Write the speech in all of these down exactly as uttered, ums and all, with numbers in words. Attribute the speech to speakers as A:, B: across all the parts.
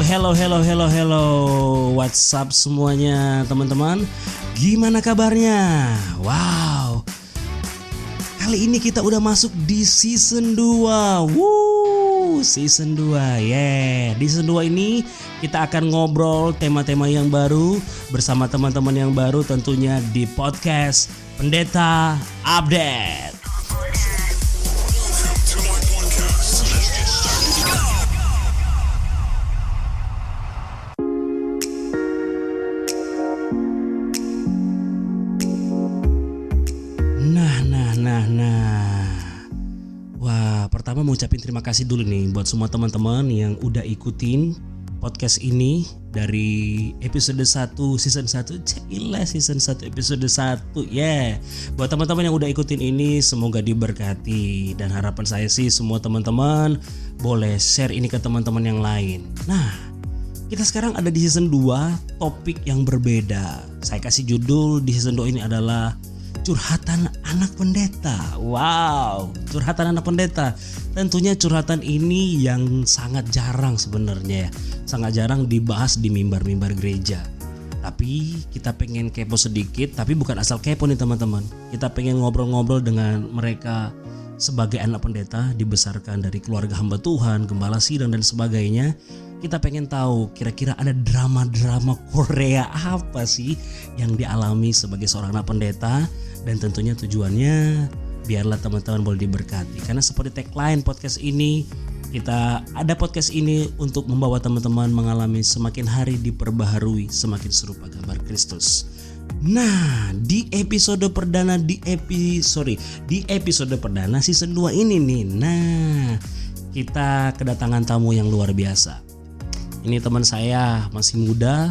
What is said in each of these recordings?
A: hello, hello, hello, hello. What's up semuanya teman-teman? Gimana kabarnya? Wow. Kali ini kita udah masuk di season dua. Woo, season dua. Yeah. Di season dua ini kita akan ngobrol tema-tema yang baru bersama teman-teman yang baru tentunya di podcast Pendeta Update. Nah, nah, nah, nah. Wah, pertama mau ucapin terima kasih dulu nih buat semua teman-teman yang udah ikutin podcast ini dari episode satu season satu. Cailah season satu episode satu. Yeah. Buat teman-teman yang udah ikutin ini semoga diberkati, dan harapan saya sih semua teman-teman boleh share ini ke teman-teman yang lain. Nah, kita sekarang ada di season dua, topik yang berbeda. Saya kasih judul di season dua ini adalah curhatan anak pendeta. Wow, curhatan anak pendeta. Tentunya curhatan ini yang sangat jarang sebenarnya ya. Sangat jarang dibahas di mimbar-mimbar gereja. Tapi kita pengen kepo sedikit, tapi bukan asal kepo nih teman-teman. Kita pengen ngobrol-ngobrol dengan mereka sebagai anak pendeta, dibesarkan dari keluarga hamba Tuhan, gembala sidang dan sebagainya. Kita pengen tahu kira-kira ada drama-drama Korea apa sih yang dialami sebagai seorang anak pendeta. Dan tentunya tujuannya biarlah teman-teman boleh diberkati. Karena seperti tagline podcast ini, kita ada podcast ini untuk membawa teman-teman mengalami semakin hari diperbaharui, semakin serupa gambar Kristus. Nah, di episode perdana di epi sorry, di episode perdana season dua ini nih. Nah, kita kedatangan tamu yang luar biasa. Ini teman saya masih muda,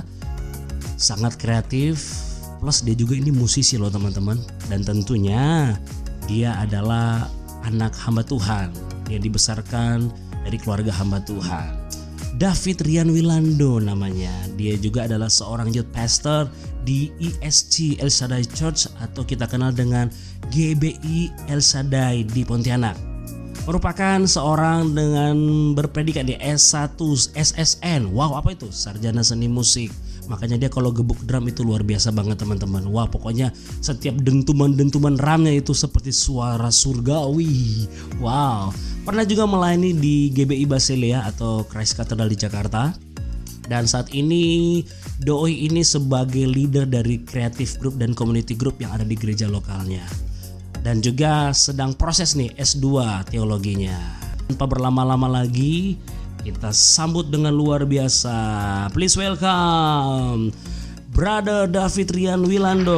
A: sangat kreatif. Plus dia juga ini musisi loh teman-teman. Dan tentunya dia adalah anak hamba Tuhan. Dia dibesarkan dari keluarga hamba Tuhan. David Rian Wilando namanya. Dia juga adalah seorang youth pastor di I S C El Shaddai Church atau kita kenal dengan G B I El Shaddai di Pontianak. Merupakan seorang dengan berpredikat di S satu S S N. Wow, apa itu? Sarjana Seni Musik. Makanya dia kalau gebuk drum itu luar biasa banget teman-teman. Wah, pokoknya setiap dentuman-dentuman drumnya itu seperti suara surgawi. Wow. Pernah juga melayani di G B I Basilea atau Christ Cathedral di Jakarta. Dan saat ini doi ini sebagai leader dari creative group dan community group yang ada di gereja lokalnya. Dan juga sedang proses nih S dua teologinya. Tanpa berlama-lama lagi, kita sambut dengan luar biasa. Please welcome Brother David Rian Wilando.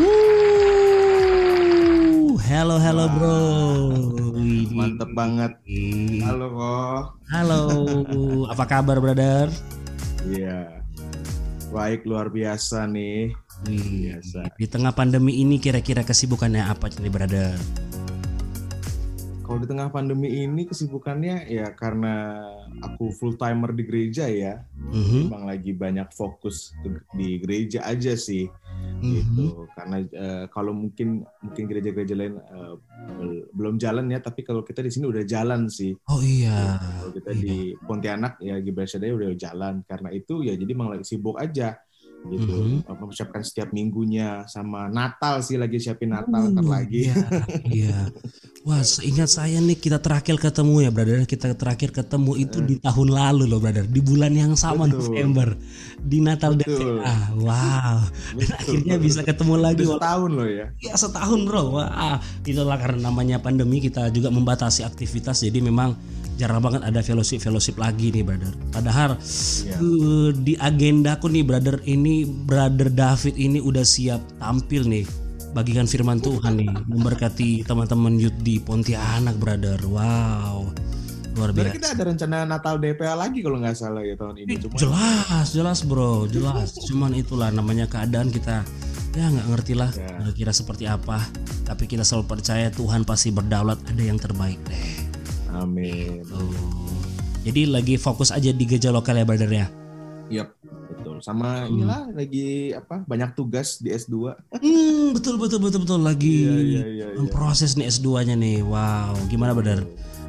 A: Woo! Hello, hello bro.
B: Mantep banget. Halo kok.
A: Halo. Apa kabar brother?
B: Iya. Baik, luar biasa nih.
A: Wih,
B: biasa.
A: Di tengah pandemi ini kira-kira kesibukannya apa nih brother?
B: Kalau di tengah pandemi ini kesibukannya ya karena aku full timer di gereja ya, mm-hmm. Emang lagi banyak fokus di gereja aja sih, mm-hmm. gitu. Karena uh, kalau mungkin mungkin gereja-gereja lain uh, belum jalan ya, tapi kalau kita di sini udah jalan sih.
A: Oh iya.
B: Gitu. Kalau kita
A: iya.
B: di Pontianak ya G B I Shaddai udah jalan. Karena itu ya jadi emang lagi sibuk aja. Gitu, mm-hmm. mempersiapkan setiap minggunya sama Natal sih lagi siapin Natal uh, ntar lagi.
A: Iya, iya. Wah, seingat saya nih kita terakhir ketemu ya, brother. Kita terakhir ketemu itu di tahun lalu loh, brother. Di bulan yang sama, betul. November, di Natal D V A. Wow. Dan betul, akhirnya betul. Bisa ketemu lagi.
B: Udah setahun loh ya.
A: Iya, setahun bro. Wah, itulah karena namanya pandemi kita juga membatasi aktivitas. Jadi memang jarang banget ada fellowship-fellowship lagi nih brother. Padahal yeah. uh, di agendaku nih brother ini, brother David ini udah siap tampil nih, bagikan firman Tuhan nih, memberkati teman-teman youth di Pontianak brother. Wow, luar biasa.
B: Berarti kita ada rencana Natal D P A lagi kalau nggak salah ya tahun ini.
A: Cuman... Jelas, jelas bro, jelas. Cuman itulah namanya keadaan kita. Ya nggak ngerti lah yeah. kira-kira seperti apa. Tapi kita selalu percaya Tuhan pasti berdaulat, ada yang terbaik deh.
B: Amin.
A: Oh. Jadi lagi fokus aja di gereja lokal ya brother ya?
B: Yap, betul. Sama hmm. inilah lagi apa banyak tugas di S dua.
A: Hmm, betul betul betul betul lagi
B: iya, iya, iya,
A: proses nih S dua-nya nih. Wow, gimana brother?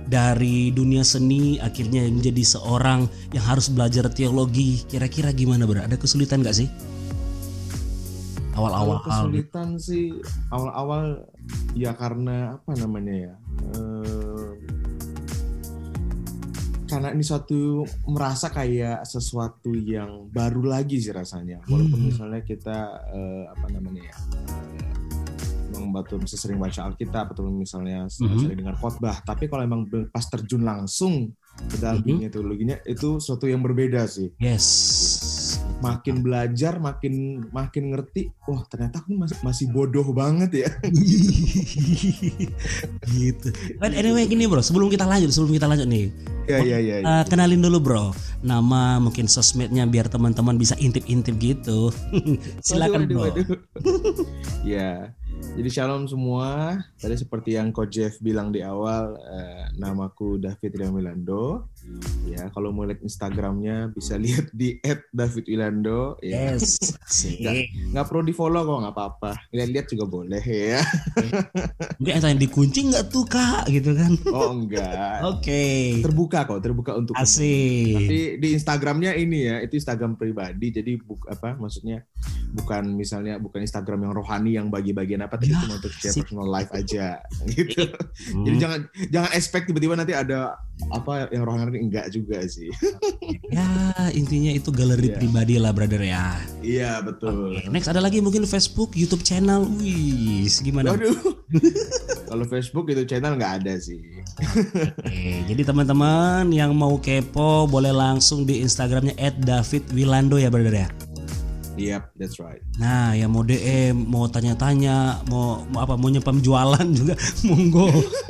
A: dari dunia seni akhirnya menjadi seorang yang harus belajar teologi. Kira-kira gimana bro? Ada kesulitan gak sih? Awal-awal.
B: Kalau kesulitan sih awal-awal ya karena apa namanya ya? Eh, karena ini suatu merasa kayak sesuatu yang baru lagi sih rasanya. Walaupun hmm. misalnya kita eh, apa namanya ya? Membantu bisa sering baca Alkitab atau misalnya mm-hmm. sering dengar khotbah, tapi kalau emang pas terjun langsung ke dalam mm-hmm. dunia teologinya itu sesuatu yang berbeda sih.
A: Yes.
B: Makin belajar, makin makin ngerti. Wah, ternyata aku masih masih bodoh banget ya.
A: Gitu. But anyway gini bro, sebelum kita lanjut, sebelum kita lanjut nih.
B: Ya, ya, ya, ya.
A: Uh, kenalin dulu bro, nama mungkin sosmednya biar teman-teman bisa intip-intip gitu. Silakan bro. Waduh, waduh.
B: Ya. Jadi shalom semua. Tadi seperti yang Coach Jeff bilang di awal, eh, namaku David William Wilando. Ya, kalau mau lihat Instagramnya bisa lihat di et david wilando. Ya.
A: Yes.
B: Nggak, nggak perlu di follow kok, nggak apa-apa. Lihat-lihat juga boleh ya.
A: Mungkin ada yang dikunci nggak tuh kak, gitu kan?
B: Oh enggak.
A: Oke. Okay.
B: Terbuka kok, terbuka untuk.
A: Asik.
B: Tapi di Instagramnya ini ya, itu Instagram pribadi. Jadi buk, apa? Maksudnya bukan misalnya bukan Instagram yang rohani yang bagi-bagian apa. Tapi ya, cuma untuk share personal life aja gitu. Hmm. Jadi jangan jangan expect tiba-tiba nanti ada apa yang rohani, enggak juga sih.
A: Ya intinya itu galeri yeah. pribadi lah brother ya.
B: Iya yeah, betul.
A: Okay. Next ada lagi mungkin Facebook, YouTube channel. Wih, gimana?
B: Waduh. Kalau Facebook itu channel nggak ada sih.
A: Oke, jadi teman-teman yang mau kepo boleh langsung di Instagramnya et david wilando ya brother ya.
B: Yep, that's right.
A: Nah, yang mau D M, mau tanya-tanya, mau, mau apa, mau nyepam jualan juga, monggo.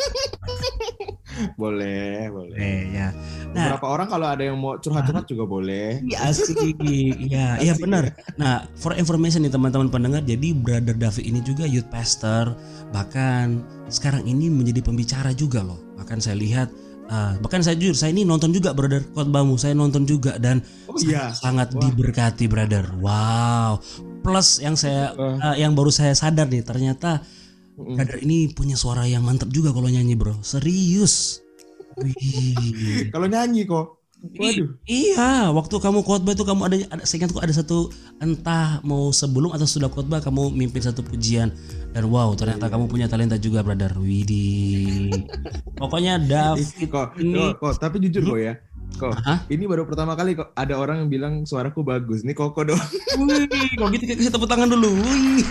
B: Boleh, boleh.
A: Eh, ya. Nah,
B: beberapa orang kalau ada yang mau curhat-curhat juga boleh.
A: Iya asik, iya, iya benar. Nah, for information nih teman-teman pendengar, jadi Brother David ini juga youth pastor, bahkan sekarang ini menjadi pembicara juga loh. Bahkan saya lihat. Uh, bahkan saya jujur, saya ini nonton juga brother khotbahmu, saya nonton juga dan
B: oh, iya.
A: sangat
B: Wah.
A: diberkati brother. Wow. Plus yang saya uh. Uh, yang baru saya sadar nih ternyata uh-uh. brother ini punya suara yang mantap juga kalau nyanyi bro. Serius. Wih.
B: Kalau nyanyi kok. Waduh.
A: I- iya, waktu kamu khotbah itu kamu ada, ada saya ingat ada satu entah mau sebelum atau sudah khotbah kamu mimpin satu pujian dan wow ternyata oh, iya. kamu punya talenta juga brother. Widih. Pokoknya David
B: kok, ini kok, kok tapi jujur kok ya. Kok Hah? Ini baru pertama kali kok ada orang yang bilang suaraku bagus. Nih Koko doang.
A: Wih, kok gitu kasih tepuk tangan dulu. Wih.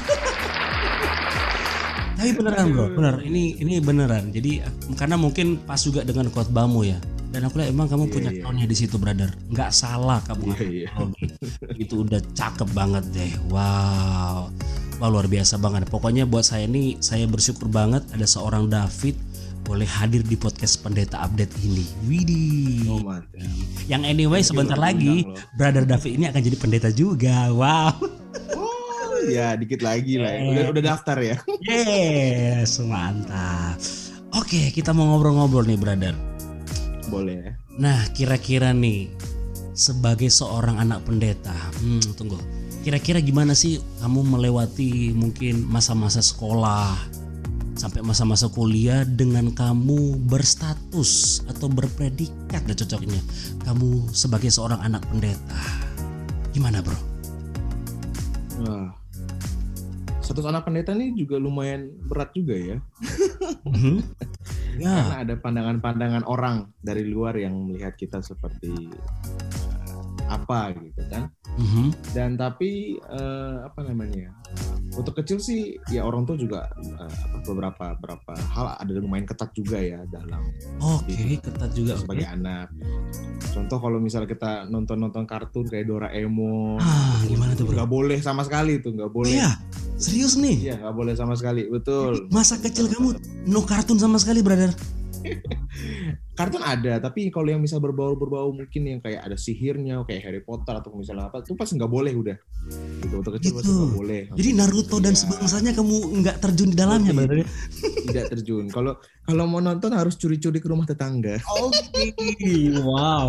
A: Tapi beneran bro, bener. Ini ini beneran. Jadi karena mungkin pas juga dengan khotbahmu ya. Dan aku lihat emang kamu yeah, punya yeah. tonnya di situ brother. Nggak salah kamu. Yeah, yeah. Itu udah cakep banget deh. Wow. Wah luar biasa banget. Pokoknya buat saya ini saya bersyukur banget ada seorang David boleh hadir di podcast Pendeta Update ini. Widih.
B: Oh, mantap.
A: Yang anyway sebentar lagi Brother David ini akan jadi pendeta juga. Wow.
B: Oh ya dikit lagi lah. Ya. Udah udah daftar ya.
A: Yes, mantap. Oke, kita mau ngobrol-ngobrol nih brother.
B: Boleh.
A: Nah, kira-kira nih sebagai seorang anak pendeta, hmm, tunggu. Kira-kira gimana sih kamu melewati mungkin masa-masa sekolah sampai masa-masa kuliah dengan kamu berstatus atau berpredikat dan cocoknya kamu sebagai seorang anak pendeta. Gimana, bro?
B: Wah. Status anak pendeta nih juga lumayan berat juga ya.
A: Mm-hmm. Ya.
B: Karena ada pandangan-pandangan orang dari luar yang melihat kita seperti uh, apa gitu kan.
A: Mm-hmm.
B: Dan tapi uh, apa namanya? Untuk kecil sih ya orang tua juga uh, beberapa beberapa hal ada lumayan ketat juga ya dalam.
A: Oke, okay, ketat juga
B: sebagai okay. anak. Contoh kalau misalnya kita nonton-nonton kartun kayak Doraemon,
A: ah, gimana tuh bro?
B: Nggak boleh sama sekali tuh, nggak boleh.
A: Iya, serius nih?
B: Iya, nggak boleh sama sekali, betul.
A: Masa kecil kamu no kartun sama sekali, brother?
B: Kartun ada, tapi kalau yang misal berbau-berbau mungkin yang kayak ada sihirnya, kayak Harry Potter atau misalnya apa, itu pasti nggak boleh udah. Gitu, untuk kecil
A: gitu.
B: pasti nggak boleh.
A: Jadi Naruto ya. Dan sebangsanya kamu nggak terjun di dalamnya, brother?
B: Tidak terjun. Kalau kalau mau nonton harus curi-curi ke rumah tetangga.
A: Oke, okay. Wow.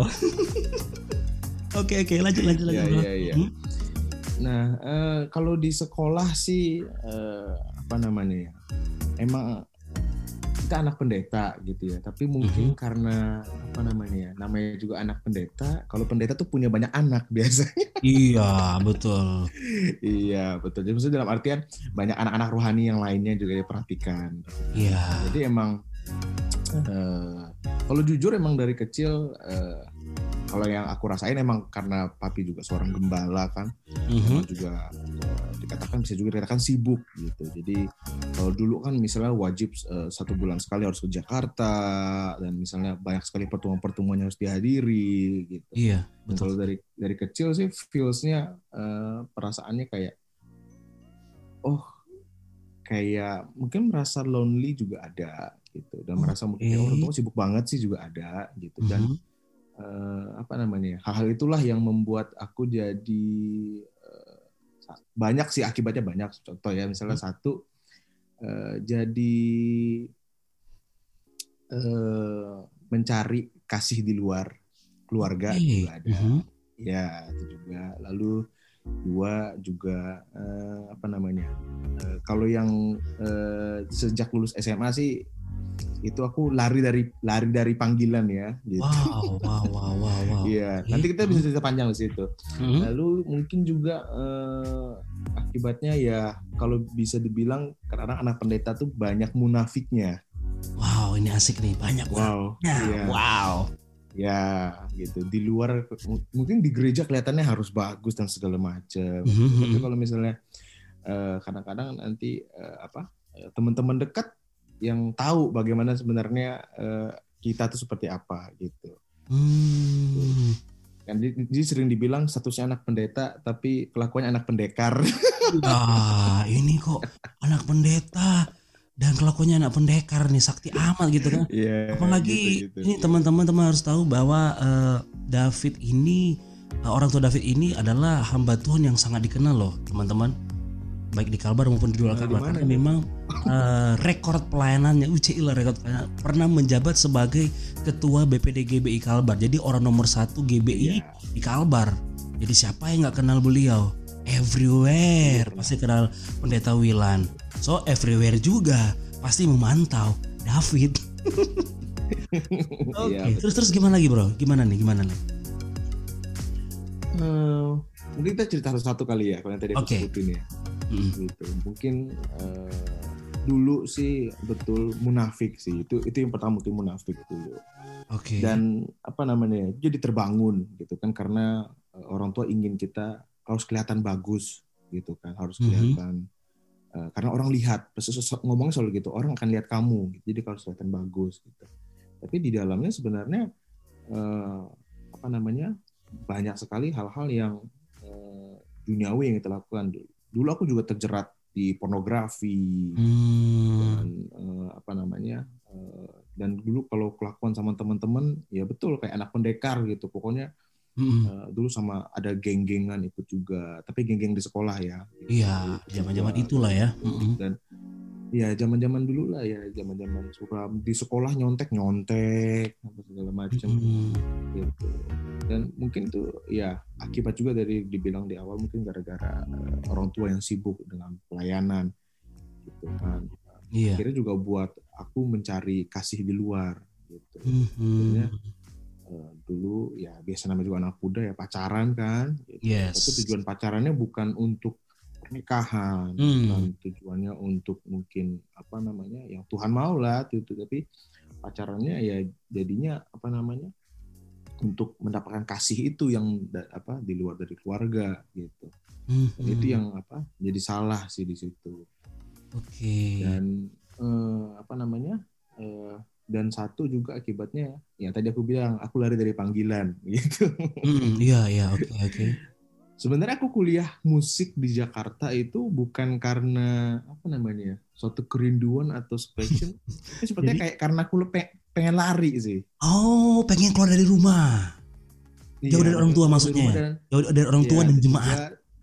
A: Oke oke, lanjut lanjut lanjut.
B: Ya, ya, ya. Hmm? Nah, uh, kalau di sekolah sih uh, apa namanya ya? Emang kita anak pendeta gitu ya, tapi mungkin
A: Mhm.
B: karena apa namanya ya, namanya juga anak pendeta. Kalau pendeta tuh punya banyak anak biasanya.
A: Iya, betul.
B: Iya betul. Jadi maksudnya dalam artian banyak anak-anak rohani yang lainnya juga diperhatikan.
A: Iya.
B: Jadi emang eh, kalau jujur emang dari kecil eh, kalau yang aku rasain emang karena papi juga seorang gembala kan,
A: Mhm.
B: emang juga eh, dikatakan bisa juga dikatakan sibuk gitu. Jadi kalau dulu kan misalnya wajib eh, satu bulan sekali harus ke Jakarta dan misalnya banyak sekali pertemuan-pertemuan yang harus dihadiri gitu.
A: Iya,
B: Dan
A: betul.
B: kalau dari dari kecil sih feelsnya eh, perasaannya kayak oh kayak mungkin merasa lonely juga ada gitu dan merasa mungkin kayak orang
A: Oke.
B: tua sibuk banget sih juga ada gitu dan
A: Mhm.
B: eh, apa namanya hal-hal itulah yang membuat aku jadi eh, banyak sih akibatnya banyak contoh ya misalnya satu eh, jadi eh, mencari kasih di luar keluarga
A: Oke.
B: juga ada
A: Mhm.
B: ya itu juga lalu dua juga eh, apa namanya eh, kalau yang eh, sejak lulus S M A sih itu aku lari dari lari dari panggilan ya gitu.
A: Wow, wow, wow, wow, wow.
B: Iya,
A: Oke.
B: nanti kita bisa
A: Mhm.
B: cerita panjang di situ.
A: Mhm.
B: Lalu mungkin juga eh, akibatnya ya kalau bisa dibilang karena anak pendeta tuh banyak munafiknya.
A: Wow, ini asik nih, banyak
B: Wow,
A: warnanya.
B: iya.
A: Wow.
B: Ya, gitu. Di luar m- mungkin di gereja kelihatannya harus bagus dan segala macam.
A: Mhm,
B: Gitu. Tapi
A: mhm.
B: kalau misalnya eh, kadang-kadang nanti eh, apa eh, teman-teman dekat yang tahu bagaimana sebenarnya eh, kita tuh seperti apa gitu.
A: Hmm.
B: Kan jadi, jadi sering dibilang statusnya anak pendeta tapi kelakuannya anak pendekar.
A: Nah, ini kok anak pendeta dan kelakuannya anak pendekar nih, sakti amat gitu kan.
B: Iya, gitu
A: Apalagi
B: gitu.
A: ini teman-teman teman harus tahu bahwa eh, David ini eh, orang tua David ini adalah hamba Tuhan yang sangat dikenal loh, teman-teman. Baik di Kalbar maupun di luar
B: Nah, di
A: Kalbar
B: mana
A: karena
B: tuh?
A: memang eh, rekor pelayanannya U C I lah rekor pelayanan, pernah menjabat sebagai ketua B P D G B I Kalbar. Jadi orang nomor satu G B I
B: Iya.
A: di Kalbar. Jadi siapa yang nggak kenal beliau? Everywhere
B: Iya.
A: pasti kenal Pendeta Wilan. So everywhere juga pasti memantau David. Oke,
B: Iya,
A: terus
B: betul.
A: terus gimana lagi bro? Gimana nih? Gimana nih?
B: Eh, mungkin kita cerita satu-satu kali ya, kalau yang tadi aku
A: Oke.
B: sebutin ya.
A: Mm.
B: Gitu. Mungkin eh, dulu sih betul munafik sih. Itu itu yang pertama mungkin munafik dulu.
A: Oke.
B: Dan apa namanya? Jadi terbangun gitu kan karena eh, orang tua ingin kita harus kelihatan bagus gitu kan, harus
A: Mhm.
B: kelihatan eh, karena orang lihat, ngomongnya selalu gitu, orang akan lihat kamu, gitu. Jadi harus kelihatan bagus gitu. Tapi di dalamnya sebenarnya eh, apa namanya? Banyak sekali hal-hal yang eh, duniawi yang kita lakukan. Dulu aku juga terjerat di pornografi
A: Hmm.
B: dan eh, apa namanya eh, dan dulu kalau kelakuan sama teman-teman ya betul kayak anak pendekar gitu. Pokoknya
A: Mm-mm.
B: eh, dulu sama ada geng-gengan ikut juga, tapi geng-geng di sekolah ya. Gitu.
A: Iya,
B: Ikut
A: zaman-zaman
B: juga,
A: itulah ya.
B: gitu.
A: Mm-mm.
B: Dan ya zaman-zaman dulu lah ya, zaman-zaman suka di sekolah nyontek-nyontek apa segala macam
A: Mm-mm.
B: gitu. Dan mungkin itu ya akibat juga dari dibilang di awal mungkin gara-gara uh, orang tua yang sibuk dengan pelayanan gitu kan.
A: Iya.
B: Akhirnya juga buat aku mencari kasih di luar gitu.
A: Mm-hmm.
B: Akhirnya uh, dulu ya biasa namanya juga anak muda ya pacaran kan gitu.
A: Yes.
B: Tapi tujuan pacarannya bukan untuk pernikahan,
A: Hmm.
B: bukan tujuannya untuk mungkin apa namanya yang Tuhan mau lah gitu, tapi pacarannya ya jadinya apa namanya untuk mendapatkan kasih itu yang apa di luar dari keluarga gitu.
A: Mm-hmm.
B: Dan itu yang apa jadi salah sih di situ.
A: Oke. Okay.
B: Dan eh, apa namanya eh, dan satu juga akibatnya ya tadi aku bilang aku lari dari panggilan gitu.
A: Mm, iya iya oke okay, oke. Okay.
B: Sebenarnya aku kuliah musik di Jakarta itu bukan karena apa namanya suatu kerinduan atau passion, tapi sepertinya kayak karena aku pe- pengen lari sih.
A: Oh, pengen keluar dari rumah. Jauh
B: Iya,
A: dari orang tua maksudnya.
B: Dan,
A: jauh dari orang tua
B: ya,
A: dan jemaat.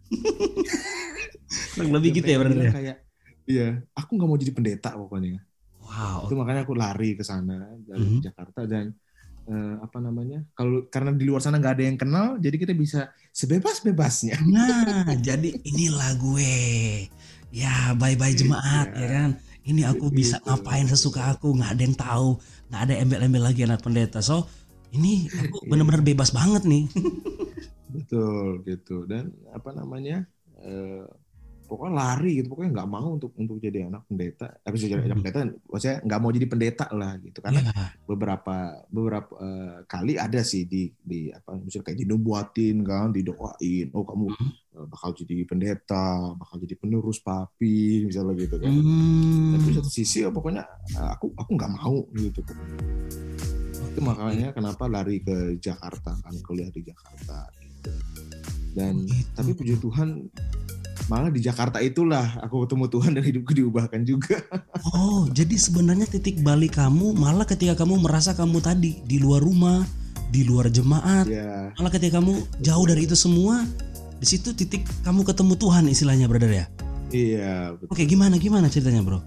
A: Kurang lebih gitu ya benar ya.
B: Kayak, iya, aku nggak mau jadi pendeta pokoknya.
A: Wow.
B: Itu makanya aku lari ke sana dari mm-hmm. Jakarta dan uh, apa namanya? Kalau karena di luar sana nggak ada yang kenal, jadi kita bisa sebebas-bebasnya.
A: Nah, jadi inilah gue. Ya, bye-bye jemaat ya, ya kan. ini aku bisa
B: Gitu.
A: ngapain sesuka aku, nggak ada yang tahu, nggak ada embel-embel lagi anak pendeta. So ini aku
B: Iya.
A: benar-benar bebas banget nih.
B: Betul gitu. Dan apa namanya? Eh, pokoknya lari gitu, pokoknya nggak mau untuk untuk jadi anak pendeta. Tapi jadi anak pendeta, maksudnya nggak mau jadi pendeta lah gitu. Karena
A: Ya.
B: beberapa beberapa uh, kali ada sih di di apa misalnya kayak dinubuatin kan, didoain, oh kamu uh, bakal jadi pendeta, bakal jadi penerus papi misalnya gitu kan.
A: Hmm.
B: Tapi satu sisi oh, pokoknya uh, aku aku nggak mau gitu. Itu makanya kenapa lari ke Jakarta kan, kuliah di Jakarta gitu. Dan
A: gitu.
B: tapi puji Tuhan malah di Jakarta itulah aku ketemu Tuhan dan hidupku diubahkan juga.
A: Oh, jadi sebenarnya titik balik kamu malah ketika kamu merasa kamu tadi di luar rumah, di luar jemaat,
B: Ya.
A: malah ketika kamu jauh dari itu semua, di situ titik kamu ketemu Tuhan istilahnya, brother ya?
B: Iya. Betul.
A: Oke, gimana gimana ceritanya, bro?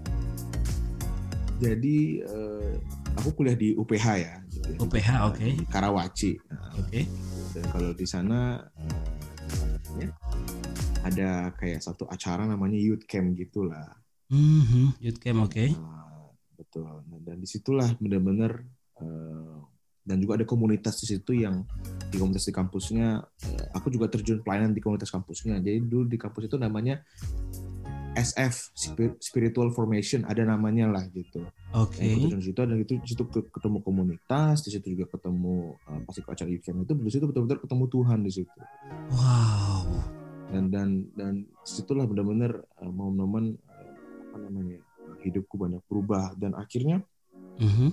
B: Jadi eh, aku kuliah di U P H ya.
A: U P H, oke. Okay.
B: Karawaci.
A: Nah, oke. Okay.
B: Dan kalau di sana eh, ada kayak satu acara namanya youth camp gitulah.
A: Mm-hmm. Youth camp, oke. Okay.
B: Nah, betul. Nah, dan disitulah benar-benar uh, dan juga ada komunitas di situ yang di komunitas di kampusnya uh, aku juga terjun pelayanan di komunitas kampusnya. Jadi dulu di kampus itu namanya S F, Spiritual Formation, ada namanya lah gitu.
A: Oke. Okay.
B: Nah, di situ dan itu di situ ketemu komunitas, di situ juga ketemu uh, pas ikut acara youth camp itu di situ betul-betul ketemu Tuhan di situ.
A: Wow.
B: Dan dan dan situlah benar-benar uh, momen-momen uh, apa namanya hidupku banyak berubah dan akhirnya
A: mm-hmm.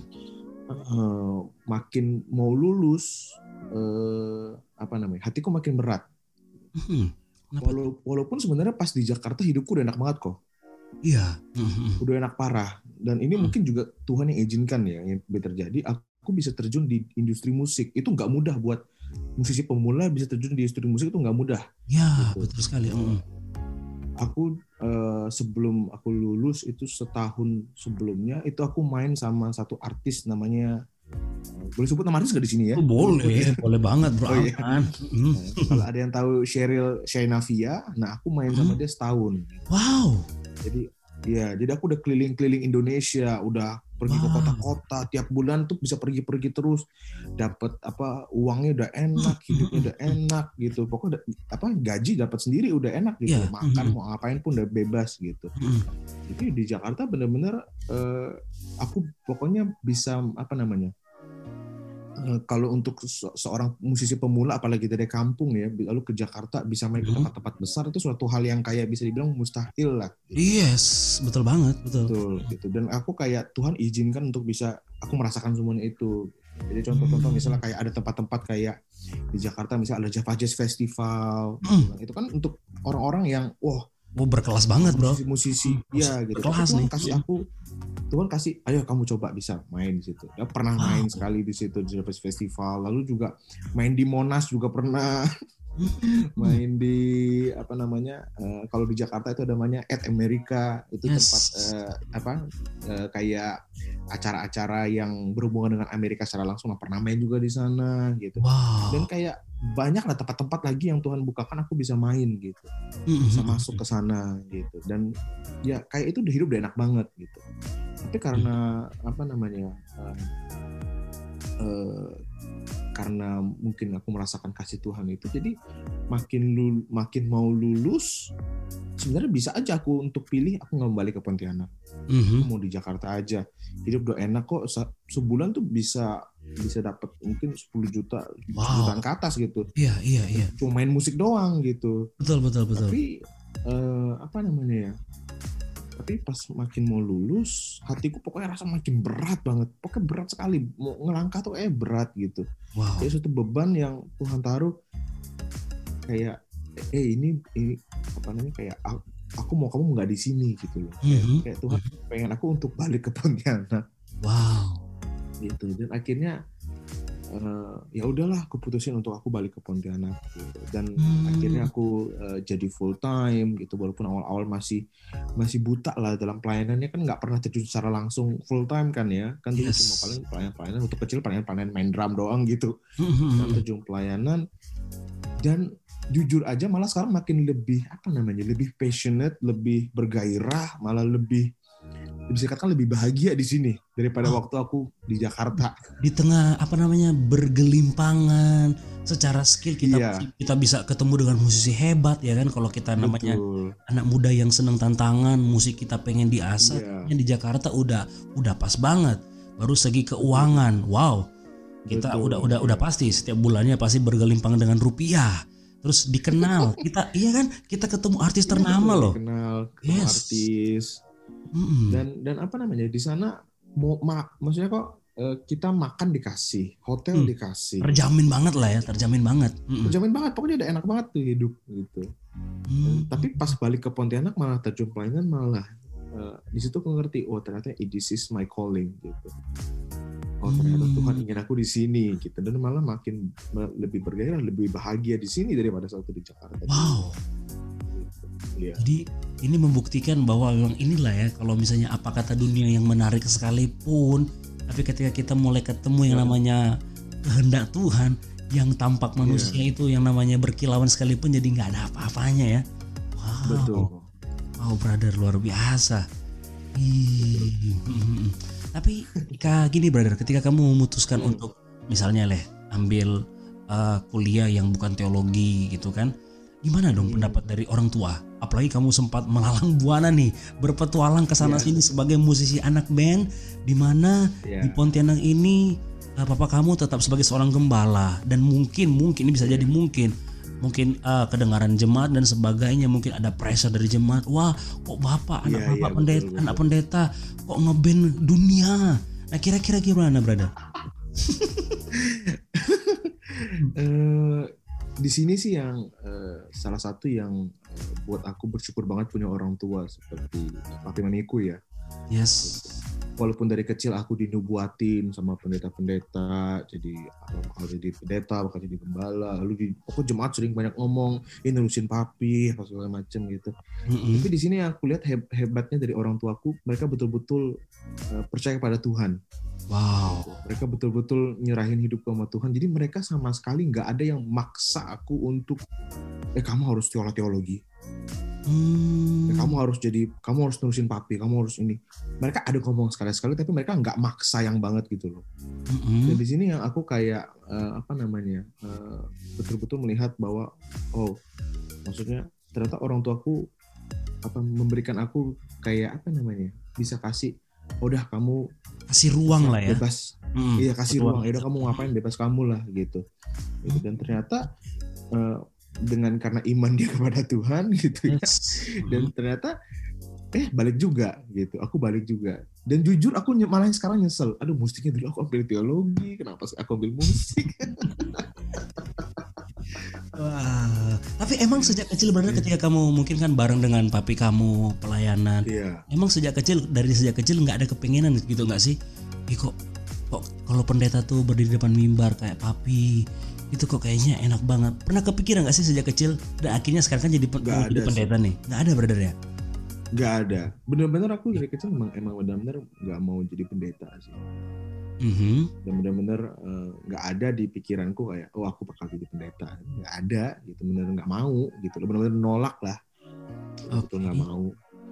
B: uh, makin mau lulus uh, apa namanya hatiku makin berat.
A: Mm-hmm.
B: Wala- walaupun sebenarnya pas di Jakarta hidupku udah enak banget kok.
A: Iya. Mm-hmm.
B: Udah enak parah dan ini mm. mungkin juga Tuhan yang izinkan ya yang terjadi. Aku bisa terjun di industri musik itu nggak mudah buat musisi pemula bisa terjun di industri musik itu nggak mudah.
A: Ya
B: gitu.
A: Betul sekali. Mm.
B: Aku uh, sebelum aku lulus itu setahun sebelumnya itu aku main sama satu artis namanya uh, boleh sebut nama artis nggak di sini ya?
A: Oh, boleh, boleh banget bro.
B: Oh, iya.
A: mm.
B: Nah, kalau ada yang tahu Cheryl Shainavia, nah aku main sama mm. dia setahun.
A: Wow.
B: Jadi ya, jadi aku udah keliling-keliling Indonesia, udah pergi wow. ke kota-kota, tiap bulan tuh bisa pergi-pergi terus, dapat apa uangnya udah enak, hidupnya udah enak gitu, pokoknya apa gaji dapat sendiri udah enak gitu, yeah. makan mau ngapain pun udah bebas gitu. Jadi di Jakarta benar-benar eh, aku pokoknya bisa apa namanya, eh, kalau untuk se- seorang musisi pemula apalagi dari kampung ya, lalu ke Jakarta bisa main ke tempat-tempat besar itu suatu hal yang kayak bisa dibilang mustahil lah. Gitu.
A: Yes, betul banget, betul.
B: Betul gitu. Dan aku kayak Tuhan izinkan untuk bisa aku merasakan semuanya itu. Jadi contoh-contoh hmm. misalnya kayak ada tempat-tempat kayak di Jakarta misalnya ada Java Jazz Festival, hmm. itu kan untuk orang-orang yang wah,
A: oh, berkelas banget bro.
B: Musisi-musisi, hmm. ya gitu.
A: Berkelas
B: Tuhan
A: nih.
B: kasih aku, Tuhan kasih, ayo kamu coba bisa main di situ. Ya pernah wow. main sekali di situ di Java Jazz Festival, lalu juga main di Monas juga pernah. main di apa namanya uh, kalau di Jakarta itu ada namanya At America itu yes. tempat uh, apa uh, kayak acara-acara yang berhubungan dengan Amerika secara langsung pernah main juga di sana gitu
A: wow.
B: dan kayak banyak lah tempat-tempat lagi yang Tuhan bukakan aku bisa main gitu bisa masuk ke sana gitu dan ya kayak itu udah hidup udah enak banget gitu tapi karena apa namanya uh, uh, karena mungkin aku merasakan kasih Tuhan itu jadi makin lul, makin mau lulus sebenarnya bisa aja aku untuk pilih aku nggak balik ke Pontianak mm-hmm. aku mau di Jakarta aja hidup udah enak kok sebulan tuh bisa bisa dapat mungkin sepuluh juta wow. jutaan ke atas gitu
A: iya iya iya
B: cuma main musik doang gitu
A: betul betul betul
B: tapi uh, apa namanya ya tapi pas makin mau lulus hatiku pokoknya rasa makin berat banget pokoknya berat sekali mau ngelangkah tuh eh berat gitu wow. kayak suatu beban yang Tuhan taruh kayak eh ini ini apa namanya kayak aku mau kamu nggak di sini gitu loh mm-hmm. kayak, kayak Tuhan mm-hmm. pengen aku untuk balik ke Pontianak
A: wow
B: gitu dan akhirnya Uh, ya udahlah aku putusin untuk aku balik ke Pontianak gitu. Dan hmm. akhirnya aku uh, jadi full time gitu walaupun awal-awal masih masih buta lah dalam pelayanannya kan nggak pernah terjun secara langsung full time kan ya kan dulu yes. cuma paling pelayanan-pelayanan untuk kecil pelayanan-pelayanan main drum doang gitu hmm. dan terjun pelayanan dan jujur aja malah sekarang makin lebih apa namanya lebih passionate lebih bergairah malah lebih bisa dikatakan lebih bahagia di sini daripada oh. waktu aku di Jakarta.
A: Di tengah apa namanya bergelimpangan secara skill kita iya. kita bisa ketemu dengan musisi hebat ya kan, kalau kita namanya Betul. anak muda yang senang tantangan, musik kita pengen diasah, iya. yang di Jakarta udah udah pas banget. Baru segi keuangan, wow. Kita Betul, udah udah iya. udah pasti setiap bulannya pasti bergelimpang dengan rupiah. Terus dikenal. Kita iya kan, kita ketemu artis ternama loh.
B: Dikenal, yes. artis. Mm-hmm. Dan dan apa namanya di sana mau ma, maksudnya kok uh, kita makan dikasih, hotel mm. dikasih,
A: terjamin banget lah ya, terjamin banget,
B: mm-hmm. terjamin banget, pokoknya udah enak banget tuh hidup gitu. Mm. Tapi pas balik ke Pontianak malah terjumpai malah uh, di situ aku ngerti, oh ternyata this is my calling gitu. Oh ternyata mm. Tuhan ingin aku di sini gitu, dan malah makin lebih bergairah, lebih bahagia di sini daripada saat di Jakarta.
A: Wow. Ya. Jadi ini membuktikan bahwa memang inilah ya, kalau misalnya apa kata dunia yang menarik sekalipun, tapi ketika kita mulai ketemu yang namanya kehendak Tuhan yang tampak manusia yeah. itu yang namanya berkilauan sekalipun jadi nggak ada apa-apanya ya. Wow.
B: Betul.
A: Wow brother, luar biasa. Hmm. Tapi ketika gini brother, ketika kamu memutuskan hmm. untuk misalnya leh ambil uh, kuliah yang bukan teologi gitu kan, gimana dong hmm. pendapat dari orang tua? Apalagi kamu sempat melalang buana nih, berpetualang ke sana yeah. sini sebagai musisi anak band, di mana yeah. di Pontianak ini uh, papa kamu tetap sebagai seorang gembala, dan mungkin mungkin ini bisa yeah. jadi mungkin mungkin uh, kedengaran jemaat dan sebagainya, mungkin ada pressure dari jemaat. Wah, kok bapak anak yeah, bapak yeah, pendeta, betul, anak betul. pendeta kok ngeband dunia. Nah, kira-kira gimana, brother?
B: uh, di sini sih yang uh, salah satu yang uh, buat aku bersyukur banget punya orang tua seperti papi mamiku ya.
A: Yes.
B: Walaupun dari kecil aku dinubuatin sama pendeta-pendeta, jadi bakal jadi pendeta, bakal jadi gembala, lalu di aku jemaat sering banyak ngomong, ini nerusin papi, apa segala macem gitu. Mm-hmm. Tapi di sini aku lihat heb- hebatnya dari orang tuaku, mereka betul-betul uh, percaya pada Tuhan.
A: Wow.
B: Mereka betul-betul nyerahin hidup sama Tuhan. Jadi mereka sama sekali nggak ada yang maksa aku untuk, eh kamu harus teologi. Hmm. Eh, kamu harus jadi, kamu harus nurusin papi, kamu harus ini. Mereka ada ngomong sekali-sekali, tapi mereka nggak maksa yang banget gitu loh. Mm-hmm. Dan di sini yang aku kayak uh, apa namanya uh, betul-betul melihat bahwa oh, maksudnya ternyata orang tuaku apa memberikan aku kayak apa namanya bisa kasih, oh, udah kamu
A: kasih ruang lah ya,
B: bebas, hmm, iya kasih ruang, ya udah kamu ngapain bebas kamu lah gitu. Hmm. Dan ternyata uh, dengan karena iman dia kepada Tuhan gitu ya, dan ternyata eh balik juga gitu, aku balik juga. Dan jujur aku malah sekarang nyesel, aduh mestinya dulu aku ambil teologi, kenapa sih aku ambil musik?
A: Wah, tapi emang sejak kecil benar yeah. ketika kamu mungkin kan bareng dengan papi kamu pelayanan, yeah. emang sejak kecil dari sejak kecil nggak ada kepengenan gitu nggak sih? Ih, kok kok kalau pendeta tuh berdiri di depan mimbar kayak papi itu kok kayaknya enak banget. Pernah kepikiran nggak sih sejak kecil? Dan akhirnya sekarang kan jadi, pen- jadi pendeta nih. Nggak ada brother ya?
B: Nggak ada. Bener-bener aku dari kecil emang emang benar-benar nggak mau jadi pendeta sih. Mm-hmm. Dan benar-benar nggak uh, ada di pikiranku kayak oh aku bakal jadi pendeta, nggak ada gitu, benar nggak mau gitu, benar-benar nolak lah, okay. Nggak mau.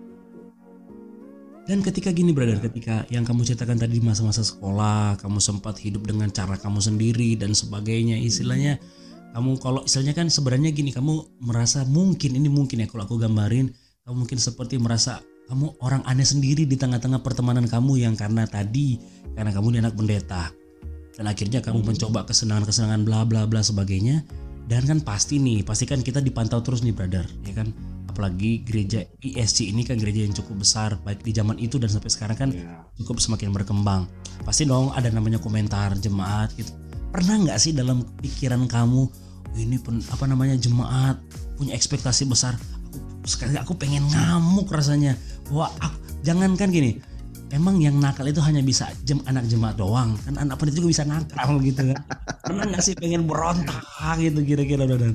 A: Dan ketika gini brother, ya. Ketika yang kamu ceritakan tadi masa-masa sekolah, kamu sempat hidup dengan cara kamu sendiri dan sebagainya, istilahnya hmm. kamu kalau istilahnya kan sebenarnya gini, kamu merasa mungkin ini mungkin ya kalau aku gambarin, kamu mungkin seperti merasa kamu orang aneh sendiri di tengah-tengah pertemanan kamu yang karena tadi karena kamu anak pendeta dan akhirnya kamu hmm. mencoba kesenangan-kesenangan bla bla bla sebagainya, dan kan pasti nih pasti kan kita dipantau terus nih brother ya kan, apalagi gereja I S C ini kan gereja yang cukup besar baik di zaman itu dan sampai sekarang kan yeah. cukup semakin berkembang, pasti dong ada namanya komentar jemaat gitu. Pernah nggak sih dalam pikiran kamu ini pen, apa namanya jemaat punya ekspektasi besar, sekali aku pengen ngamuk rasanya, wah aku, jangan kan gini, emang yang nakal itu hanya bisa jem, anak jemaat doang kan, anak pendeta juga bisa nakal gitu kan. Pernah nggak sih pengen berontak gitu kira-kira dan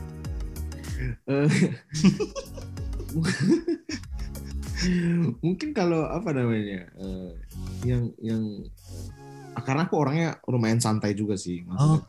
B: mungkin kalau apa namanya uh, yang yang uh, karena aku orangnya lumayan santai juga sih.
A: Oke.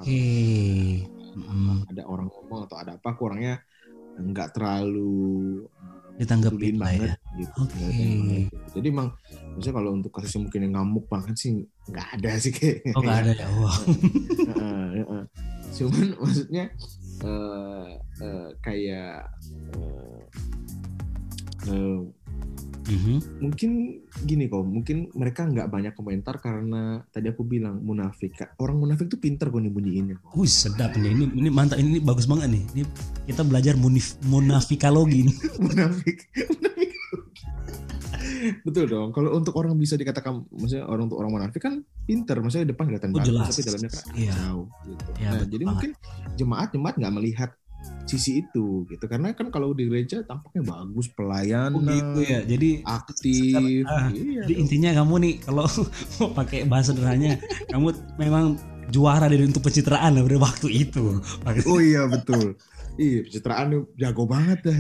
A: Okay.
B: Mm. Ada orang ngomong atau ada apa, aku orangnya nggak terlalu
A: ditanggepin lah ya.
B: Gitu.
A: Oke. Okay.
B: Jadi emang maksudnya kalau untuk kasus yang mungkin yang ngamuk banget sih nggak ada sih kayaknya.
A: Oh nggak ada ya. Wow.
B: uh, uh, uh. Cuman maksudnya uh, uh, kayak uh, uh, mm-hmm. mungkin gini kok, mungkin mereka nggak banyak komentar karena tadi aku bilang munafik. Orang munafik tuh pinter kok nyembunyiinnya.
A: Wih sedap nih, ini ini mantap, ini, ini bagus banget nih. Ini kita belajar munif, munafikalogi nih.
B: Munafik, munafik. Betul dong. Kalau untuk orang bisa dikatakan, maksudnya orang untuk orang munafik kan pinter, maksudnya depan kelihatan
A: oh,
B: bagus, tapi dalamnya kan
A: iya.
B: jauh. Gitu.
A: Ya,
B: nah, jadi banget. Mungkin jemaat jemaat nggak melihat sisi itu gitu, karena kan kalau di gereja tampaknya bagus, pelayanan
A: oh, gitu ya. Jadi
B: aktif
A: secara,
B: iya
A: jadi intinya kamu nih kalau mau pakai bahasa sederhananya kamu memang juara dari untuk pencitraan pada waktu itu.
B: Oh iya betul, iya pencitraan jago banget dah.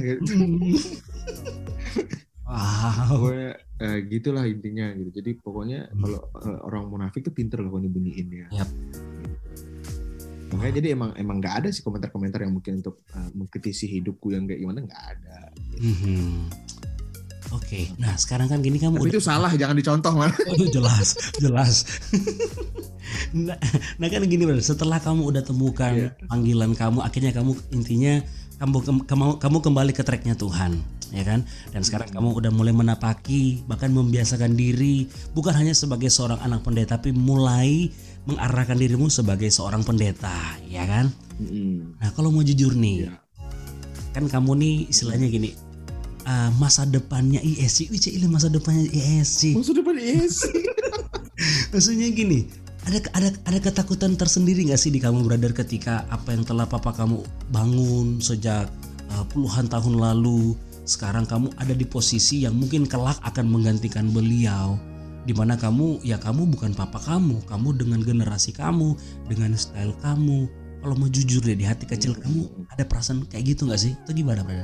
A: Wow.
B: Pokoknya eh, gitulah intinya gitu. Jadi pokoknya hmm. kalau eh, orang munafik tuh pinter loh nyembunyiinnya.
A: Yep.
B: Makanya jadi emang emang nggak ada sih komentar-komentar yang mungkin untuk uh, mengkritisi hidupku yang kayak gimana, nggak ada.
A: Mm-hmm. Oke, okay. Nah sekarang kan gini kamu.
B: Tapi udah... itu salah, jangan dicontoh malah.
A: Oh, jelas, jelas. nah, nah kan gini bener. Setelah kamu udah temukan yeah. panggilan kamu, akhirnya kamu intinya kamu kamu kamu kembali ke tracknya Tuhan, ya kan? Dan sekarang hmm. kamu udah mulai menapaki, bahkan membiasakan diri, bukan hanya sebagai seorang anak pendeta, tapi mulai mengarahkan dirimu sebagai seorang pendeta, ya kan? Mm-hmm. Nah kalau mau jujur nih, yeah. kan kamu nih istilahnya gini, uh, masa depannya I S C, wih cile masa depannya I S C.
B: Masa depan I S C.
A: Maksudnya gini, ada ada ada ketakutan tersendiri nggak sih di kamu brother ketika apa yang telah papa kamu bangun sejak uh, puluhan tahun lalu, sekarang kamu ada di posisi yang mungkin kelak akan menggantikan beliau. Di mana kamu ya kamu bukan papa kamu, kamu dengan generasi kamu, dengan style kamu. Kalau mau jujur deh di hati kecil hmm. kamu ada perasaan kayak gitu nggak sih? Itu gimana, brother?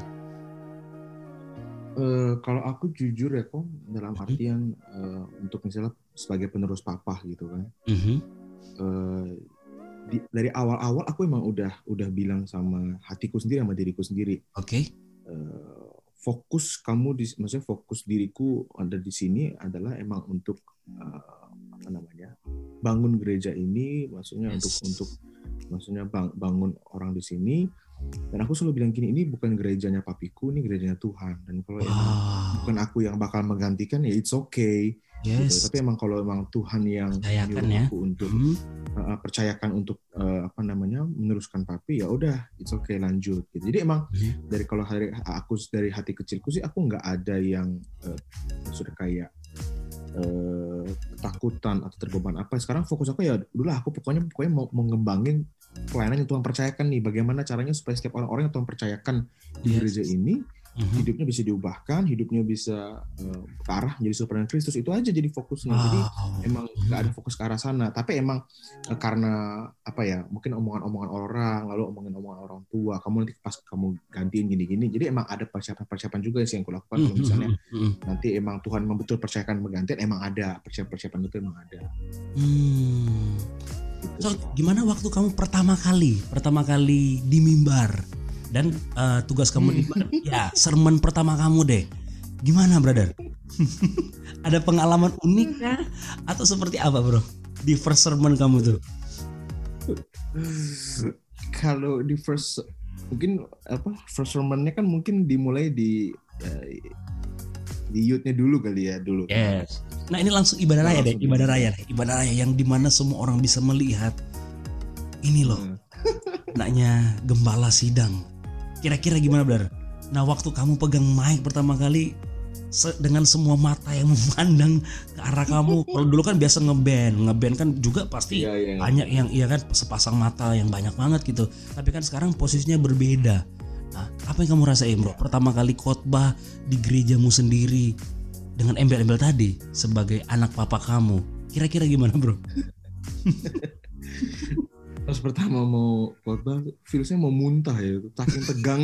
B: Uh, kalau aku jujur ya kok dalam artian mm-hmm. uh, untuk misalnya sebagai penerus papa gitu kan. Mm-hmm. Uh, di, dari awal-awal aku emang udah udah bilang sama hatiku sendiri sama diriku sendiri.
A: Oke. Okay.
B: Uh, fokus kamu di, maksudnya fokus diriku ada di sini adalah emang untuk uh, apa namanya bangun gereja ini, maksudnya yes. untuk untuk maksudnya bang, bangun orang di sini. Dan aku selalu bilang gini, ini bukan gerejanya papiku, ini gerejanya Tuhan. Dan kalau wow. emang bukan aku yang bakal menggantikan ya it's okay.
A: Yes.
B: Gitu. Tapi emang kalau emang Tuhan yang
A: percayakan
B: menyuruh
A: ya.
B: aku untuk hmm. uh, percayakan untuk uh, apa namanya meneruskan papi, ya udah it's okay lanjut. Gitu. Jadi emang hmm. dari kalau hari aku dari hati kecilku sih aku nggak ada yang uh, sudah kayak uh, ketakutan atau terbeban apa. Sekarang fokus aku ya udahlah aku pokoknya pokoknya mau mengembangin pelayanan yang Tuhan percayakan nih. Bagaimana caranya supaya setiap orang-orang yang Tuhan percayakan di yes. gereja ini mm-hmm. hidupnya bisa diubahkan, hidupnya bisa uh, ke arah menjadi serupa dengan Kristus. Itu aja jadi fokusnya. Wow. Jadi emang nggak ada fokus ke arah sana. Tapi emang uh, karena apa ya? Mungkin omongan-omongan orang, lalu omongan-omongan orang tua. Kamu nanti pas kamu gantiin gini-gini. Jadi emang ada persiapan-persiapan juga sih yang aku lakukan. Mm-hmm. Kalau misalnya mm-hmm. nanti emang Tuhan memang betul percayakan menggantian, emang ada persiapan-persiapan itu emang ada.
A: Hmm. So, gimana waktu kamu pertama kali, pertama kali di mimbar dan uh, tugas kamu di mimbar, ya sermon pertama kamu deh, gimana brother? Ada pengalaman unik kah? Atau seperti apa bro? Di first sermon kamu tuh?
B: Kalau di first, mungkin apa first sermonnya kan mungkin dimulai di uh, di youth-nya dulu kali ya dulu.
A: Yes. Nah ini langsung ibadah raya deh, ibadah raya deh, ibadah raya yang dimana semua orang bisa melihat ini loh, anaknya gembala sidang. Kira-kira gimana brother? Nah waktu kamu pegang mic pertama kali se- dengan semua mata yang memandang ke arah kamu. Kalau dulu kan biasa ngeband, ngeband kan juga pasti yeah, yeah. banyak yang iya kan sepasang mata yang banyak banget gitu. Tapi kan sekarang posisinya berbeda. Nah, apa yang kamu rasain bro? Pertama kali khotbah di gerejamu sendiri dengan embel-embel tadi sebagai anak papa kamu, kira-kira gimana bro?
B: Pas pertama mau khotbah, feelsnya mau muntah ya, saking tegang.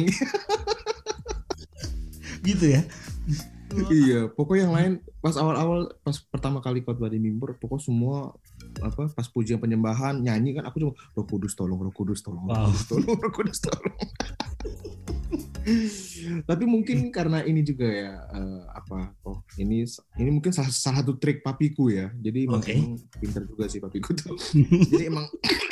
A: Gitu ya?
B: Iya, pokoknya yang lain pas awal-awal pas pertama kali khotbah di mimbar, pokok semua apa pas pujian penyembahan nyanyi kan aku cuma Roh Kudus tolong, Roh Kudus tolong, Roh Kudus tolong, Roh Kudus tolong. Tapi mungkin karena ini juga ya uh, apa? Oh ini ini mungkin salah, salah satu trik papiku ya. Jadi emang,
A: okay.
B: emang pintar juga sih papiku tuh. Jadi emang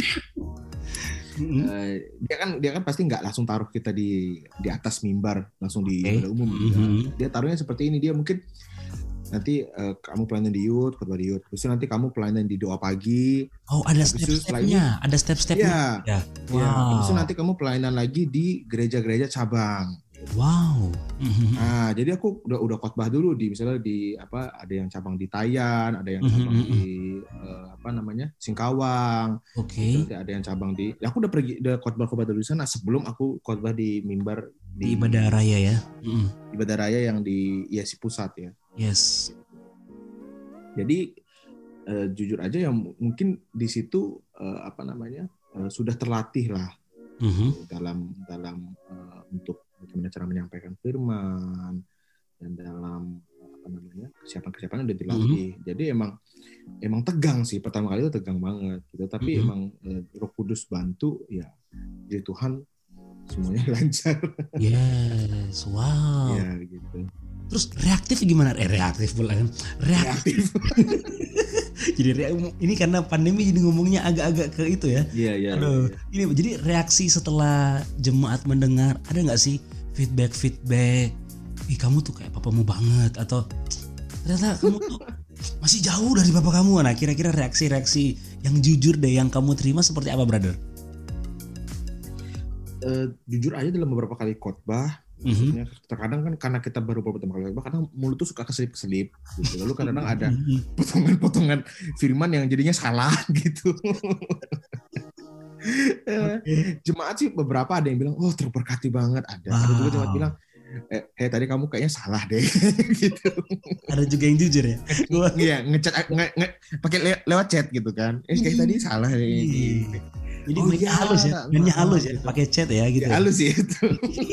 B: uh, dia kan dia kan pasti nggak langsung taruh kita di di atas mimbar langsung di okay. umum. Mm-hmm. Dia taruhnya seperti ini, dia mungkin nanti uh, kamu pelayanan di youth, khotbah di youth. Terus nanti kamu pelayanan di doa pagi.
A: Oh, ada step-stepnya, ada step-stepnya.
B: Ya. Wow. Ya. Terus nanti kamu pelayanan lagi di gereja-gereja cabang.
A: Wow.
B: Nah, jadi aku udah udah khotbah dulu di misalnya di apa ada yang cabang di Tayan, ada yang cabang mm-hmm. di uh, apa namanya Singkawang.
A: Oke. Okay.
B: Nanti ada yang cabang di. Ya aku udah pergi udah khotbah-khotbah dulu di sana sebelum aku khotbah di mimbar
A: di, di Ibadah Raya ya.
B: Mm-hmm. Ibadah Raya yang di I S I Pusat ya.
A: Yes.
B: Jadi uh, jujur aja yang mungkin di situ uh, apa namanya uh, sudah terlatih lah mm-hmm. dalam dalam uh, untuk bagaimana cara menyampaikan firman dan dalam apa namanya kesiapan-kesiapan udah dilatih. Mm-hmm. Jadi emang emang tegang sih pertama kali itu tegang banget gitu. Tapi mm-hmm. emang uh, Roh Kudus bantu ya. Jadi Tuhan semuanya lancar.
A: Yes, wow.
B: Ya gitu.
A: Terus reaktif gimana? Eh reaktif pula kan? Reaktif. Jadi ini karena pandemi jadi ngomongnya agak-agak ke itu ya.
B: Iya iya.
A: Aduh, ya. Ini jadi reaksi setelah jemaat mendengar ada nggak sih feedback feedback? Ih kamu tuh kayak papamu banget atau ternyata kamu tuh masih jauh dari papa kamu. Nah kira-kira reaksi-reaksi yang jujur deh yang kamu terima seperti apa, brother?
B: Uh, jujur aja dalam beberapa kali khotbah. Maksudnya mm-hmm. terkadang kan karena kita baru pertama kali khotbah, kadang mulut tuh suka keselip-keselip gitu. Lalu kadang-kadang ada potongan-potongan firman yang jadinya salah gitu. Okay. Jemaat sih beberapa ada yang bilang, oh terberkati banget. Ada, wow. Ada juga jemaat bilang, eh hey, tadi kamu kayaknya salah deh gitu.
A: Ada juga yang jujur ya.
B: Iya, ngechat nge, nge, pakai le, lewat chat gitu kan. Eh kayak tadi salah deh. Gitu.
A: Jadi oh, ya, halus ya, mainnya halus ya, gitu. Pakai chat ya gitu.
B: Ya, halus sih itu.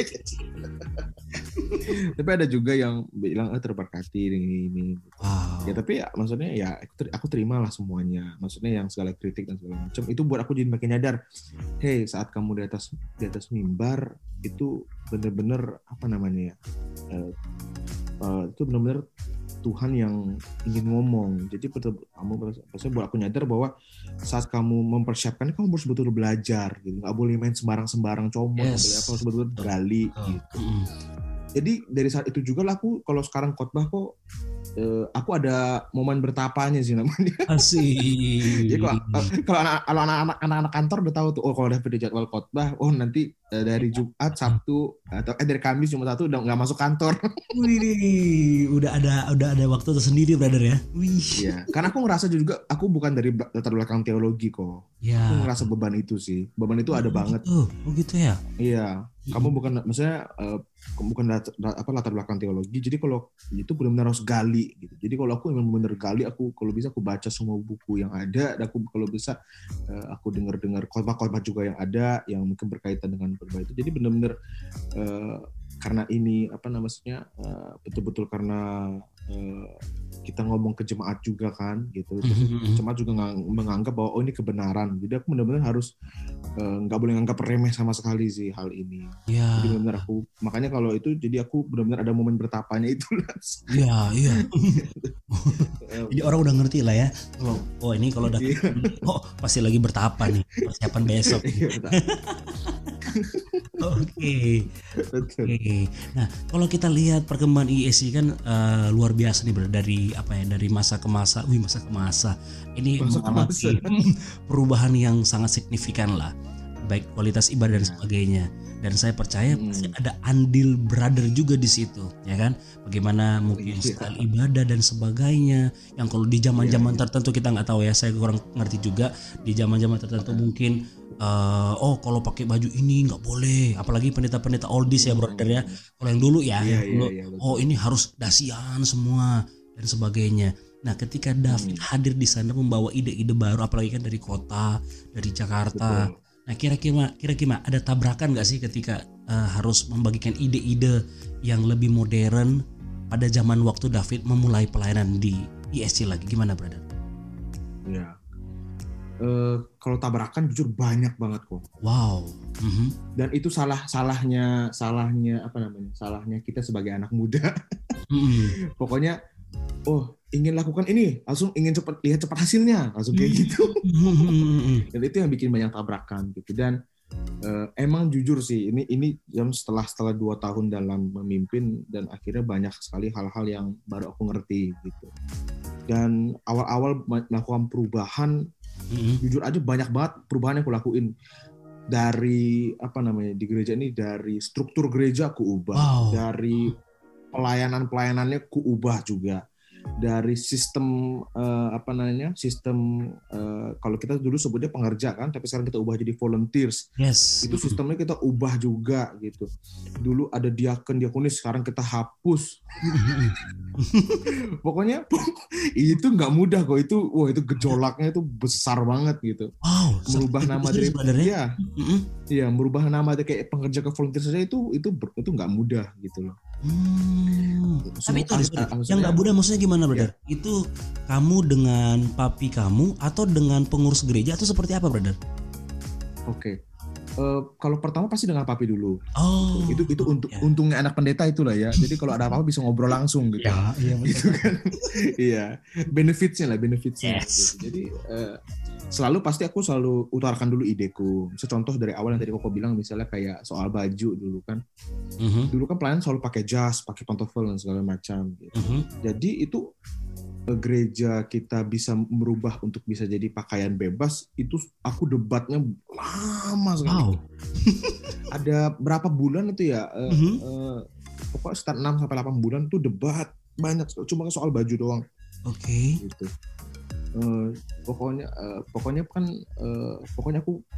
B: Tapi ada juga yang bilang eh terberkati ini ini. Wow. Ya tapi ya maksudnya ya aku terima lah semuanya. Maksudnya yang segala kritik dan segala macam itu buat aku jadi makin nyadar. Hey, saat kamu di atas di atas mimbar itu benar-benar apa namanya ya? Uh, uh, itu benar-benar Tuhan yang ingin ngomong. Jadi kamu maksudnya buat aku nyadar bahwa saat kamu mempersiapkan kamu harus betul-betul belajar gitu. Nggak boleh main sembarang-sembarang comot, yes. Apa harus betul-betul gali oh. gitu. Mm. Jadi dari saat itu juga lah aku kalau sekarang khotbah kok eh, aku ada momen bertapanya sih namanya.
A: Asik.
B: Jadi kalau kalau anak-anak anak-anak kantor udah tahu tuh oh kalau udah pada jadwal khotbah oh nanti eh, dari Jumat, Sabtu atau eh dari Kamis Jumat Sabtu udah nggak masuk kantor.
A: Wih, udah ada udah ada waktu tersendiri brother ya. Wih.
B: Iya, karena aku ngerasa juga aku bukan dari latar belakang teologi kok. Ya. Aku ngerasa beban itu sih. Beban itu oh, ada
A: gitu.
B: banget.
A: Oh gitu ya.
B: Iya. Kamu bukan maksudnya uh, bukan latar, apa latar belakang teologi. Jadi kalau itu benar-benar harus gali gitu. Jadi kalau aku memang benar gali aku kalau bisa aku baca semua buku yang ada dan aku kalau bisa uh, aku dengar-dengar khotbah-khotbah juga yang ada yang mungkin berkaitan dengan khotbah itu. Jadi benar-benar uh, karena ini apa namanya uh, betul-betul karena uh, kita ngomong ke jemaat juga kan gitu. Terus mm-hmm. jemaat juga menganggap bahwa oh ini kebenaran. Jadi aku benar-benar harus nggak uh, boleh nganggap remeh sama sekali sih hal ini. Yeah. Jadi benar-benar aku makanya kalau itu jadi aku benar-benar ada momen bertapanya itu.
A: Iya iya. Jadi orang udah ngerti lah ya. Kalau oh ini kalau udah oh pasti lagi bertapa nih persiapan besok. Oke, oke. Nah, kalau kita lihat perkembangan I S I kan uh, luar biasa nih bro, dari apa ya, dari masa ke masa, wih masa ke masa. Ini mengalami perubahan yang sangat signifikan lah, baik kualitas ibadah dan sebagainya. Dan saya percaya hmm. pasti ada andil brother juga di situ, ya kan? Bagaimana mungkin style ibadah dan sebagainya. Yang kalau di zaman-zaman tertentu kita nggak tahu ya, saya kurang ngerti juga. Di zaman-zaman tertentu mungkin Uh, oh kalau pakai baju ini nggak boleh, apalagi pendeta-pendeta oldies ya brother ya. Kalau yang dulu ya, yeah, yang dulu, yeah, yeah, oh ini harus dasian semua dan sebagainya. Nah ketika David hmm. hadir di sana membawa ide-ide baru, apalagi kan dari kota, dari Jakarta. Betul. Nah kira-kira kira-kira ada tabrakan nggak sih ketika uh, harus membagikan ide-ide yang lebih modern pada zaman waktu David memulai pelayanan di I S I lagi, gimana brother?
B: Ya. uh, kalau tabrakan jujur banyak banget kok.
A: Wow. Mm-hmm.
B: Dan itu salah salahnya salahnya apa namanya salahnya kita sebagai anak muda.
A: Mm-hmm.
B: Pokoknya oh ingin lakukan ini langsung ingin cepat lihat cepat hasilnya langsung kayak gitu.
A: Mm-hmm.
B: Dan itu yang bikin banyak tabrakan gitu. Dan uh, emang jujur sih ini ini jam setelah setelah dua tahun dalam memimpin dan akhirnya banyak sekali hal-hal yang baru aku ngerti gitu. Dan awal-awal melakukan perubahan, mm-hmm. jujur aja banyak banget perubahan yang aku lakuin. Dari apa namanya di gereja ini, dari struktur gereja aku ubah, wow. Dari pelayanan-pelayanannya aku ubah juga, dari sistem uh, apa namanya sistem uh, kalau kita dulu sebutnya pengerja kan, tapi sekarang kita ubah jadi volunteers.
A: Yes.
B: Itu sistemnya kita ubah juga gitu. Dulu ada diakon diakonis, sekarang kita hapus. Pokoknya itu nggak mudah kok, itu wah itu gejolaknya itu besar banget gitu.
A: Wow,
B: merubah nama dari ya, mm-hmm. ya merubah nama dari kayak pengerja ke volunteer saja itu itu itu nggak mudah gitu loh.
A: Hmm. Tapi itu as, as, yang nggak mudah maksudnya gimana, brother? Ya. Itu kamu dengan papi kamu atau dengan pengurus gereja atau seperti apa, brother?
B: Oke. Okay. Uh, kalau pertama pasti dengan papi dulu.
A: Oh,
B: itu itu untuk ya. Untungnya anak pendeta itulah ya. Jadi kalau ada apa-apa bisa ngobrol langsung gitu.
A: Ya, iya,
B: gitu kan. Iya, benefitsnya lah, benefitsnya.
A: Yes.
B: Gitu. Jadi uh, selalu pasti aku selalu utarakan dulu ideku. Secontoh dari awal yang tadi Koko bilang misalnya kayak soal baju dulu kan. Uh-huh. Dulu kan pelayan selalu pakai jas, pakai pantofel dan segala macam. Gitu. Uh-huh. Jadi itu gereja kita bisa merubah untuk bisa jadi pakaian bebas, itu aku debatnya lama sekali.
A: Wow.
B: Ada berapa bulan itu ya? Mm-hmm. Uh, uh, pokoknya sekitar enam sampai delapan bulan itu debat banyak, cuma soal baju doang.
A: Oke. Okay.
B: Gitu. Uh, pokoknya uh, pokoknya kan uh, pokoknya aku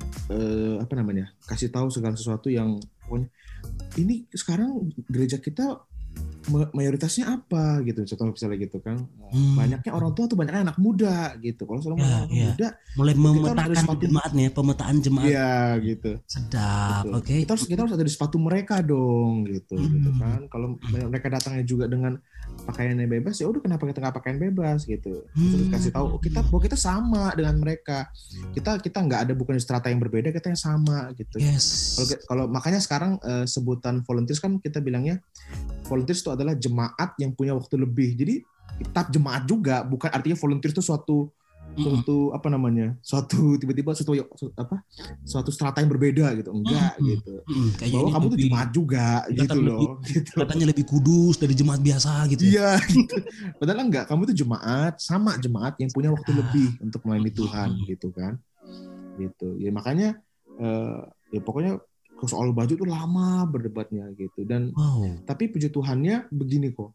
B: uh, apa namanya? kasih tahu segala sesuatu yang pokoknya ini sekarang gereja kita mayoritasnya apa gitu, contoh misalnya gitu kan, hmm. banyaknya orang tua tuh banyaknya anak muda gitu. Kalau soal ya, anak ya. muda,
A: mulai memetakan jemaatnya, pemetaan jemaat.
B: Iya gitu.
A: Sedap, oke. Okay.
B: Kita harus kita harus ada di sepatu mereka dong gitu, hmm. gitu kan. Kalau mereka datangnya juga dengan pakaiannya bebas, ya udah kenapa kita nggak pakaian bebas gitu. Terus hmm. kasih tahu kita bahwa kita sama dengan mereka. Kita kita nggak ada bukan strata yang berbeda, kita yang sama gitu.
A: Yes.
B: Kalau kalau makanya sekarang uh, sebutan volunteers kan kita bilangnya volunteers itu adalah jemaat yang punya waktu lebih. Jadi tetap jemaat juga, bukan artinya volunteers itu suatu mm-hmm. suatu apa namanya? Suatu tiba-tiba suatu apa? Suatu strata yang berbeda gitu. Enggak mm-hmm. gitu. Mm-hmm. Bahwa kamu tuh jemaat juga gitu loh,
A: lebih,
B: gitu.
A: Katanya lebih kudus dari jemaat biasa gitu.
B: Iya, gitu. Padahal enggak, kamu tuh jemaat sama jemaat yang punya waktu ah. lebih untuk melayani Tuhan gitu kan. Gitu. Ya makanya uh, ya pokoknya soal baju tuh lama berdebatnya gitu. Dan wow. tapi puji Tuhannya begini kok,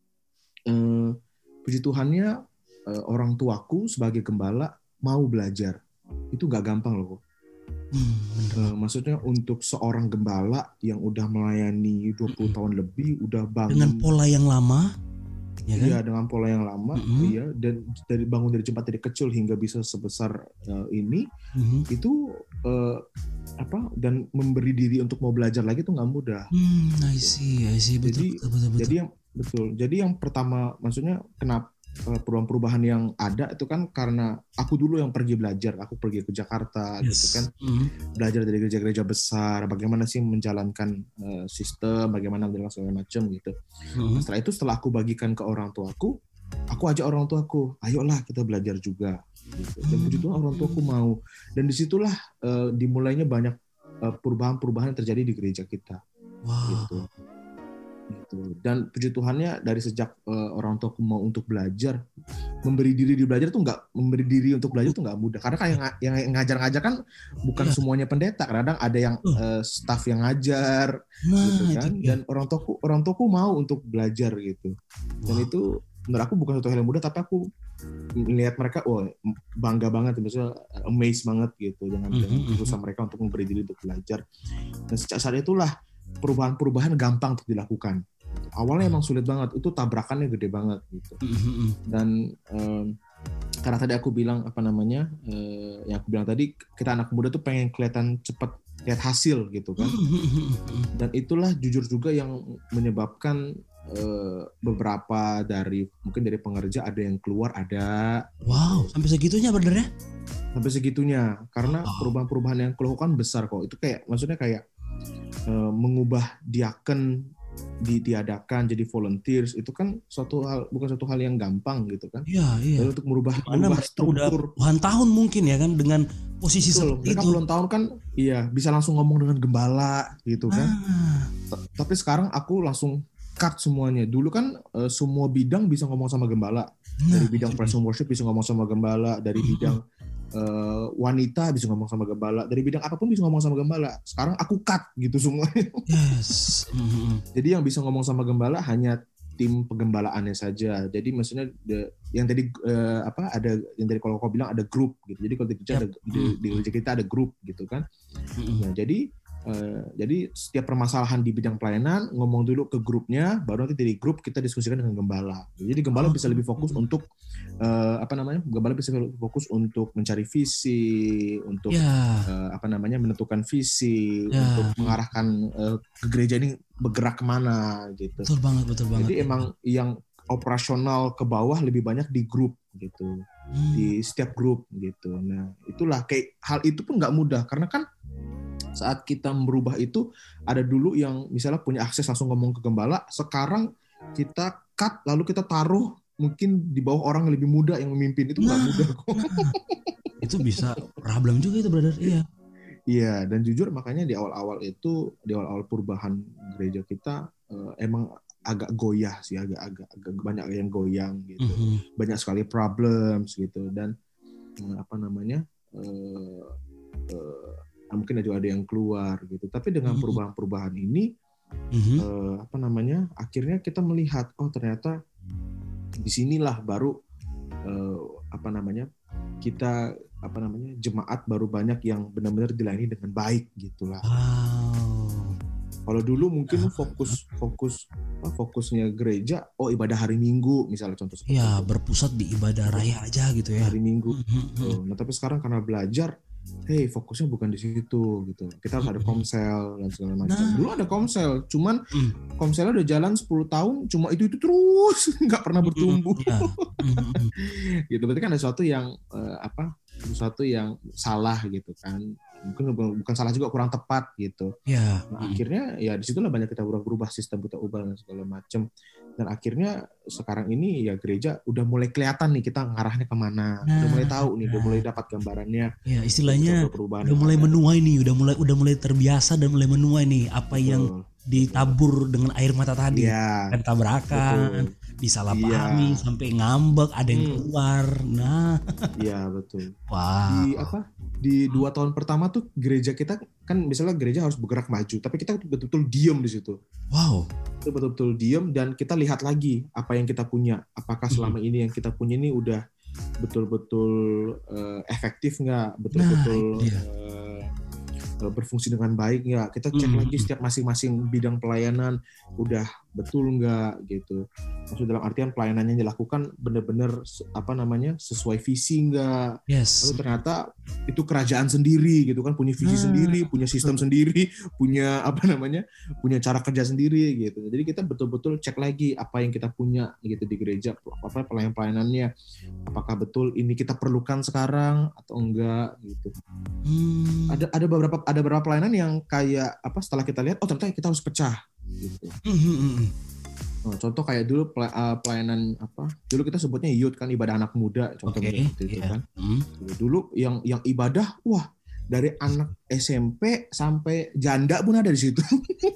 B: eh, puji Tuhannya eh, orang tuaku sebagai gembala mau belajar. Itu nggak gampang loh kok. Hmm, eh, maksudnya untuk seorang gembala yang udah melayani dua puluh hmm. tahun lebih, udah bangun
A: dengan pola yang lama, ya kan?
B: Iya, dengan pola yang lama, mm-hmm. iya, dan dari bangun dari jemaat dari kecil hingga bisa sebesar uh, ini, mm-hmm. itu uh, apa dan memberi diri untuk mau belajar lagi itu nggak mudah.
A: Hmm, I see, I see, betul,
B: jadi,
A: betul, betul, betul.
B: Jadi yang betul. Jadi yang pertama, maksudnya kenapa uh, perubahan-perubahan yang ada itu kan karena aku dulu yang pergi belajar, aku pergi ke Jakarta, yes. gitu kan, mm-hmm. belajar dari gereja-gereja besar, bagaimana sih menjalankan uh, sistem, bagaimana menjalankan segala macam gitu. Mm-hmm. Setelah itu, setelah aku bagikan ke orang tuaku, aku ajak orang tuaku, ayolah kita belajar juga. Gitu. Dan puji Tuhan orang tuaku mau, dan disitulah uh, dimulainya banyak uh, perubahan-perubahan yang terjadi di gereja kita.
A: Wow.
B: Gitu. Gitu. Dan puji Tuhannya dari sejak uh, orang tuaku mau untuk belajar, memberi diri di belajar tuh nggak memberi diri untuk belajar tuh nggak mudah. Karena kan yang, yang ngajar-ngajar kan bukan yeah. semuanya pendeta, kadang ada yang uh, staff yang ngajar, nah, gitu kan. Dan orang tuaku orang tuaku mau untuk belajar gitu. Dan wow. itu menurut aku bukan suatu hal yang mudah, tapi aku melihat mereka, wah oh, bangga banget, misalnya amazed banget gitu dengan mm-hmm. usaha mereka untuk memberi diri untuk belajar. Dan sejak saat itulah perubahan-perubahan gampang untuk dilakukan. Awalnya emang sulit banget, itu tabrakannya gede banget gitu. Mm-hmm. Dan um, karena tadi aku bilang apa namanya, uh, yang aku bilang tadi kita anak muda tuh pengen kelihatan cepat lihat hasil gitu kan. Dan itulah jujur juga yang menyebabkan uh, beberapa dari mungkin dari pengerja ada yang keluar ada.
A: Wow, sampai segitunya bener ya?
B: Sampai segitunya karena oh. perubahan-perubahan yang keluarkan besar kok. Itu kayak maksudnya kayak uh, mengubah diaken ditiadakan jadi volunteers itu kan suatu hal bukan suatu hal yang gampang gitu kan.
A: Iya, iya.
B: Dan untuk merubah merubah struktur
A: puluhan tahun mungkin ya kan dengan posisi
B: betul,
A: seperti
B: mereka
A: itu.
B: puluhan tahun kan iya bisa langsung ngomong dengan gembala gitu kan. Ah. Tapi sekarang aku langsung cut semuanya. Dulu kan uh, semua bidang bisa ngomong sama gembala. Nah, dari bidang praise and worship bisa ngomong sama gembala, dari bidang uh, wanita bisa ngomong sama gembala, dari bidang apapun bisa ngomong sama gembala. Sekarang aku cut gitu semuanya.
A: Yes.
B: Jadi yang bisa ngomong sama gembala hanya tim penggembalaannya saja. Jadi maksudnya the, yang tadi uh, apa ada yang tadi kalau kau bilang ada grup gitu. Jadi kalau di gereja yep. ada di, di gereja kita ada grup gitu kan. Nah, jadi Uh, jadi setiap permasalahan di bidang pelayanan ngomong dulu ke grupnya, baru nanti dari grup kita diskusikan dengan gembala. Jadi gembala oh. bisa lebih fokus untuk uh, apa namanya? Gembala bisa lebih fokus untuk mencari visi, untuk yeah. uh, apa namanya? menentukan visi, yeah. untuk mengarahkan uh, ke gereja ini bergerak kemana gitu.
A: Betul banget, betul banget.
B: Jadi emang yang operasional ke bawah lebih banyak di grup gitu, hmm. di setiap grup gitu. Nah itulah kayak hal itu pun nggak mudah karena kan saat kita merubah itu ada dulu yang misalnya punya akses langsung ngomong ke gembala, sekarang kita cut lalu kita taruh mungkin di bawah orang yang lebih muda yang memimpin itu nggak nah, mudah kok. Nah.
A: Itu bisa problem juga itu brother. Iya.
B: Iya dan jujur makanya di awal-awal itu di awal-awal perubahan gereja kita uh, emang agak goyah sih agak-agak agak banyak yang goyang gitu, mm-hmm. banyak sekali problems gitu dan uh, apa namanya. Uh, uh, mungkin juga ada yang keluar gitu, tapi dengan perubahan-perubahan ini mm-hmm. eh, apa namanya akhirnya kita melihat oh ternyata disinilah baru eh, apa namanya kita apa namanya jemaat baru banyak yang benar-benar dilayani dengan baik gitulah. Wow. Kalau dulu mungkin fokus fokus apa, fokusnya gereja oh ibadah hari Minggu misalnya contoh seperti
A: ya
B: itu.
A: Berpusat di ibadah raya aja gitu ya
B: hari Minggu. Mm-hmm. Nah tapi sekarang karena belajar hey fokusnya bukan di situ gitu. Kita harus ada komsel dan segala macam. Nah. Dulu ada komsel, cuman mm. komselnya udah jalan sepuluh tahun, cuma itu itu terus nggak pernah bertumbuh. Mm. gitu. Berarti kan ada sesuatu yang uh, apa? Sesuatu yang salah gitu kan. Mungkin bukan salah juga kurang tepat gitu.
A: Yeah.
B: Nah, mm. akhirnya ya disitulah banyak kita berubah-ubah sistem kita ubah dan segala macam. Dan akhirnya sekarang ini ya gereja udah mulai kelihatan nih kita ngarahnya kemana, nah, udah mulai tahu nih, nah. udah mulai dapat gambarannya.
A: Ya istilahnya udah mulai menuai nih, udah mulai udah mulai terbiasa dan mulai menuai nih apa betul, yang ditabur betul. Dengan air mata tadi, ya, kan tabrakan, disalahpahami, ya. Sampai ngambek, ada yang hmm. keluar. Nah,
B: iya betul.
A: Wow.
B: Di apa? Di dua tahun pertama tuh gereja kita kan misalnya gereja harus bergerak maju, tapi kita betul-betul diem di situ.
A: Wow.
B: Kita betul-betul diem dan kita lihat lagi apa yang kita punya. Apakah selama hmm. ini yang kita punya ini udah betul-betul uh, efektif nggak? Betul-betul nah, uh, uh, berfungsi dengan baik nggak? Kita cek hmm. lagi setiap masing-masing bidang pelayanan udah betul nggak gitu. Maksud dalam artian pelayanannya yang dilakukan benar-benar apa namanya sesuai visi nggak?
A: Yes.
B: Lalu ternyata itu kerajaan sendiri gitu kan, punya visi hmm. sendiri, punya sistem sendiri, punya apa namanya, punya cara kerja sendiri gitu. Jadi kita betul-betul cek lagi apa yang kita punya gitu di gereja, apa pelayan-pelayanannya, apakah betul ini kita perlukan sekarang atau enggak gitu. Hmm. Ada ada beberapa ada beberapa pelayanan yang kayak apa setelah kita lihat, oh ternyata kita harus pecah. Gitu. Mm-hmm. Nah, contoh kayak dulu pelayanan apa? Dulu kita sebutnya youth kan, ibadah anak muda, contohnya okay, seperti itu yeah. kan. Mm. Dulu yang yang ibadah, wah dari anak S M P sampai janda pun ada di situ.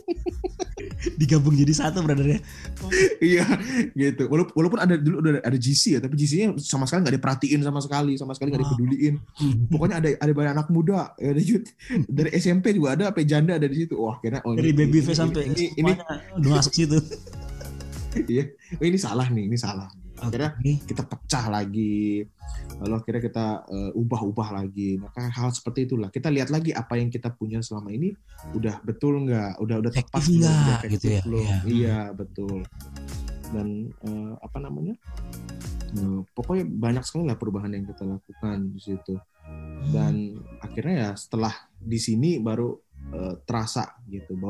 A: Digabung jadi satu brother ya.
B: Iya, gitu. Walaupun, walaupun ada dulu ada, ada G C ya, tapi G C-nya sama sekali nggak diperhatiin sama sekali, sama sekali nggak dipeduliin. Pokoknya ada ada banyak anak muda, ada youth. Dari S M P juga ada, sampai janda ada di situ. Wah, kira oh
A: dari
B: ini,
A: baby
B: ini,
A: face sampai
B: ini ini
A: udah masuk situ.
B: Iya, oh, ini salah nih, ini salah. Akhirnya okay. kita pecah lagi, lalu akhirnya kita uh, ubah-ubah lagi. Maka hal seperti itulah. Kita lihat lagi apa yang kita punya selama ini udah betul nggak, udah udah tepat
A: nggak, gitu ya?
B: Iya. iya betul. Dan uh, apa namanya? Uh, pokoknya banyak sekali lah perubahan yang kita lakukan di situ. Dan hmm. akhirnya ya setelah di sini baru uh, terasa gitu bahwa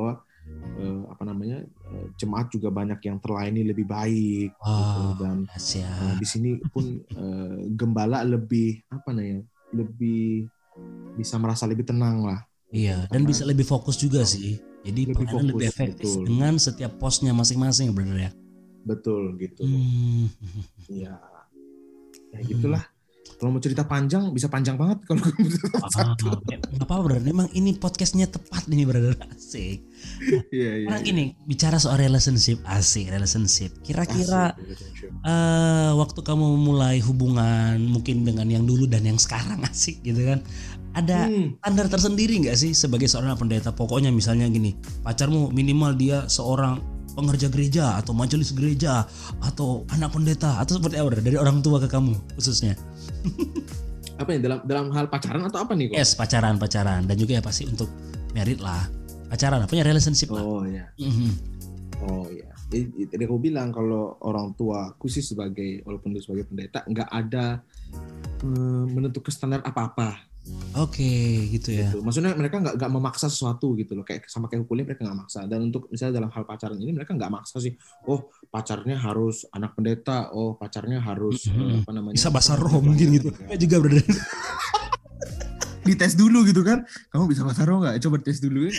B: uh, apa namanya uh, jemaat juga banyak yang terlayani lebih baik
A: wow,
B: gitu. Dan
A: yes, ya.
B: uh, di sini pun uh, gembala lebih apa namanya lebih bisa merasa lebih tenang lah.
A: Iya, gitu. Dan bisa lebih fokus juga oh, sih. Jadi lebih fokus, lebih efektif betul. Dengan setiap posnya masing-masing benar ya.
B: Betul gitu. Iya. Hmm. Ya gitulah. Kalau mau cerita panjang bisa panjang banget kalau gue
A: ah, apa brother, memang ini podcastnya tepat nih brother, asik. Nah, yeah, yeah, orang yeah. Gini bicara soal relationship, asik relationship. Kira-kira asik, uh, waktu kamu mulai hubungan mungkin dengan yang dulu dan yang sekarang asik gitu kan, ada hmm. standar tersendiri nggak sih sebagai seorang pendeta? Pokoknya misalnya gini, pacarmu minimal dia seorang pengerja gereja atau majelis gereja atau anak pendeta atau seperti apa dari orang tua ke kamu khususnya?
B: Apa nih dalam dalam hal pacaran atau apa nih kok?
A: Yes, pacaran pacaran dan juga ya pasti untuk married lah, pacaran punya relationship lah.
B: Oh ya. Mm-hmm. Oh ya. Jadi, jadi aku bilang kalau orang tua aku sih sebagai walaupun itu sebagai pendeta nggak ada um, menentukan standar apa-apa.
A: Oke, okay, gitu ya.
B: Gitu. Maksudnya mereka nggak nggak memaksa sesuatu gitu loh, kayak sama kayak kuliah mereka nggak maksa. Dan untuk misalnya dalam hal pacaran ini mereka nggak maksa sih. Oh pacarnya harus anak pendeta, oh pacarnya harus mm-hmm. uh, apa namanya?
A: Bisa bahasa roh mungkin gitu. Ya juga berarti.
B: Dites dulu gitu kan? Kamu bisa bahasa roh nggak? Coba tes dulu.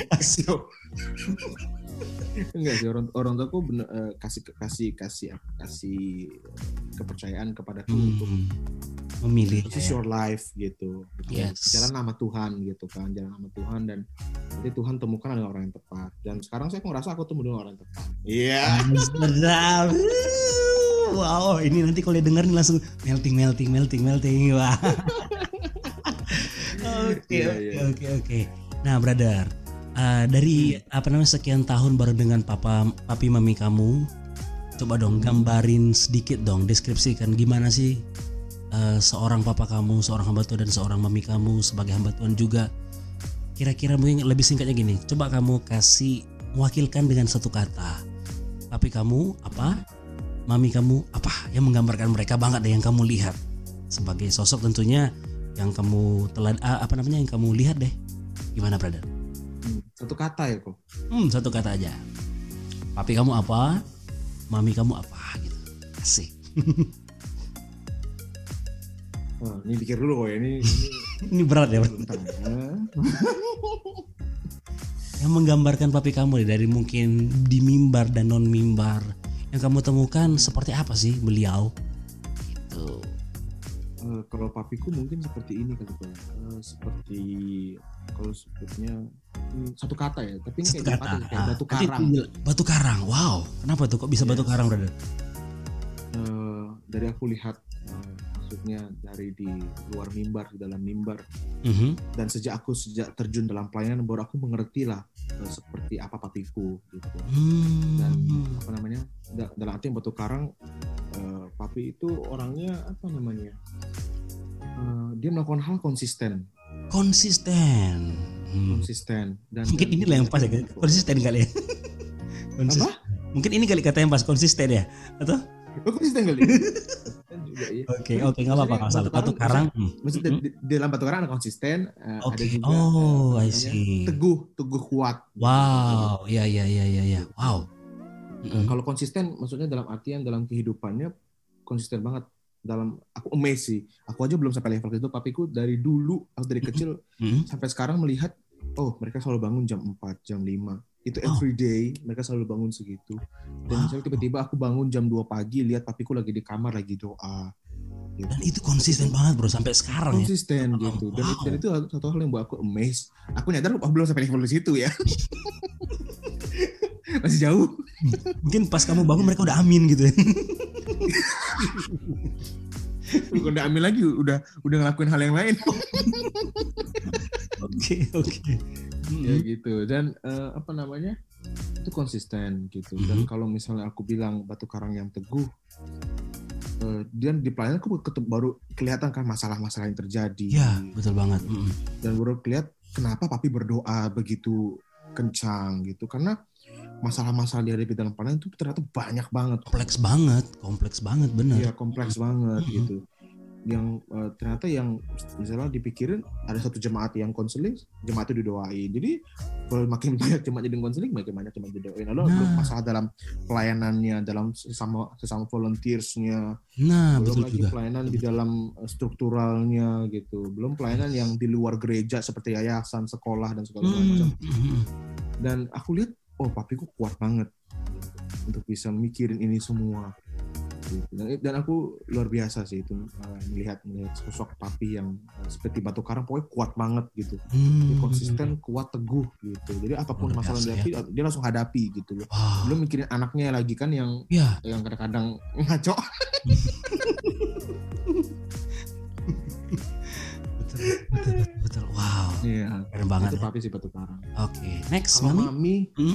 B: Enggak sih, orang orang tua aku bener, uh, kasih kasih kasih apa kasih kepercayaan kepadaku hmm. untuk
A: memilih
B: this is your life gitu.
A: Yes.
B: Jalan nama Tuhan gitu kan, jalan nama Tuhan dan nanti Tuhan temukan ada orang yang tepat. Dan sekarang saya ngerasa aku temu dengan orang yang tepat. Iya.
A: Yeah. Wow, ini nanti kalau denger nih langsung melting melting melting melting. Wah. Oke oke oke oke. Nah, brother, uh, dari hmm. apa namanya sekian tahun baru dengan papa papi mami kamu, coba dong gambarin sedikit dong, deskripsikan gimana sih Uh, seorang papa kamu, seorang hamba Tuhan dan seorang mami kamu sebagai hamba Tuhan juga. Kira-kira mungkin lebih singkatnya gini, coba kamu kasih mewakilkan dengan satu kata. Papi kamu apa? Mami kamu apa? Yang menggambarkan mereka banget deh yang kamu lihat sebagai sosok tentunya yang kamu telah uh, apa namanya yang kamu lihat deh. Gimana brother?
B: Hmm, satu kata ya kok.
A: Hmm, satu kata aja. Papi kamu apa? Mami kamu apa? Gitu. Asik.
B: Oh, ini pikir dulu kok ya, ini ini,
A: ini berat ya. Yang menggambarkan papi kamu dari mungkin di mimbar dan non mimbar yang kamu temukan seperti apa sih beliau? Gitu.
B: Uh, kalau papiku mungkin seperti ini kali ya. Uh, seperti kalau sebutnya hmm, satu kata ya, tapi ini
A: satu
B: kayak,
A: kata.
B: kayak
A: ah,
B: batu karang.
A: Batu karang, wow. Kenapa tuh kok bisa yes. batu karang, brother?
B: Uh, dari aku lihat. Uh, maksudnya dari di luar mimbar, di dalam mimbar. Mm-hmm. Dan sejak aku sejak terjun dalam pelayanan baru aku mengerti lah uh, seperti apa papiku gitu. Mm. Dan apa namanya da- dalam arti batu karang, uh, papi itu orangnya apa namanya uh, dia melakukan hal konsisten.
A: Konsisten. Hmm.
B: Konsisten. Dan
A: mungkin
B: dan
A: inilah yang pas ya, konsisten kali ya. Konsisten. Apa? Mungkin ini kali kata yang pas, konsisten ya, atau?
B: Oh, konsisten kali.
A: Oke, oke, nggak apa-apa, nggak salah. Batu karang,
B: maksudnya hmm. di, di dalam batu karang ada konsisten, uh,
A: okay.
B: ada juga
A: oh,
B: uh,
A: I see.
B: teguh, teguh kuat.
A: Wow, ya, ya, ya, ya, ya, wow.
B: Uh, kalau konsisten, maksudnya dalam artian dalam kehidupannya konsisten banget. Dalam aku amazed sih, aku aja belum sampai level itu. Papiku dari dulu, aku dari kecil mm-hmm. sampai sekarang melihat, oh mereka selalu bangun jam empat, jam lima. Itu every day mereka selalu bangun segitu. Dan wow. misalnya tiba-tiba aku bangun jam dua pagi lihat papiku lagi di kamar lagi doa gitu.
A: Dan itu konsisten itu, banget bro sampai sekarang
B: konsisten
A: ya.
B: gitu. Dan, wow. dan itu satu hal yang buat aku amazed. Aku nyadar aku belum sampai level situ ya. Masih jauh.
A: Mungkin pas kamu bangun mereka udah amin gitu ya.
B: Bukan udah amin lagi, udah udah ngelakuin hal yang lain.
A: Oke oke.
B: Ya gitu. Dan uh, apa namanya itu konsisten gitu. Mm-hmm. Dan kalau misalnya aku bilang batu karang yang teguh, uh, dan di pelayanan aku ketemu, baru kelihatan kan masalah-masalah yang terjadi.
A: Ya betul banget. Mm-hmm.
B: Dan baru kelihatan kenapa papi berdoa begitu kencang gitu, karena masalah-masalah dihadapi dalam pelayanan itu ternyata banyak banget.
A: Kompleks banget, kompleks banget benar.
B: Iya kompleks mm-hmm. banget mm-hmm. gitu. yang uh, ternyata yang misalnya dipikirin ada satu jemaat yang konseling, jemaat itu didoain. Jadi kalau makin banyak jemaat yang konseling, makin banyak jemaat didoain. Lalu nah. belum masalah dalam pelayanannya, dalam sesama sesama volunteersnya,
A: nah,
B: belum
A: betul
B: lagi
A: juga.
B: pelayanan di dalam strukturalnya gitu, belum pelayanan yang di luar gereja seperti yayasan, sekolah dan segala
A: Hmm.
B: macam. Dan aku lihat, oh papiku kuat banget untuk bisa mikirin ini semua. Dan aku luar biasa sih itu uh, melihat melihat sosok papi yang uh, seperti batu karang, pokoknya kuat banget gitu, hmm. dia konsisten, kuat, teguh gitu. Jadi apapun luar masalah dia ya. dia langsung hadapi gitu loh. Wow. Belum mikirin anaknya lagi kan yang ya. yang kadang-kadang ngaco.
A: betul, betul, betul, betul. Wow.
B: Iya.
A: Keren banget.
B: Itu
A: ya.
B: papi sih batu karang.
A: Oke, okay. Next
B: Kalau
A: mami.
B: Mami.
A: Hmm?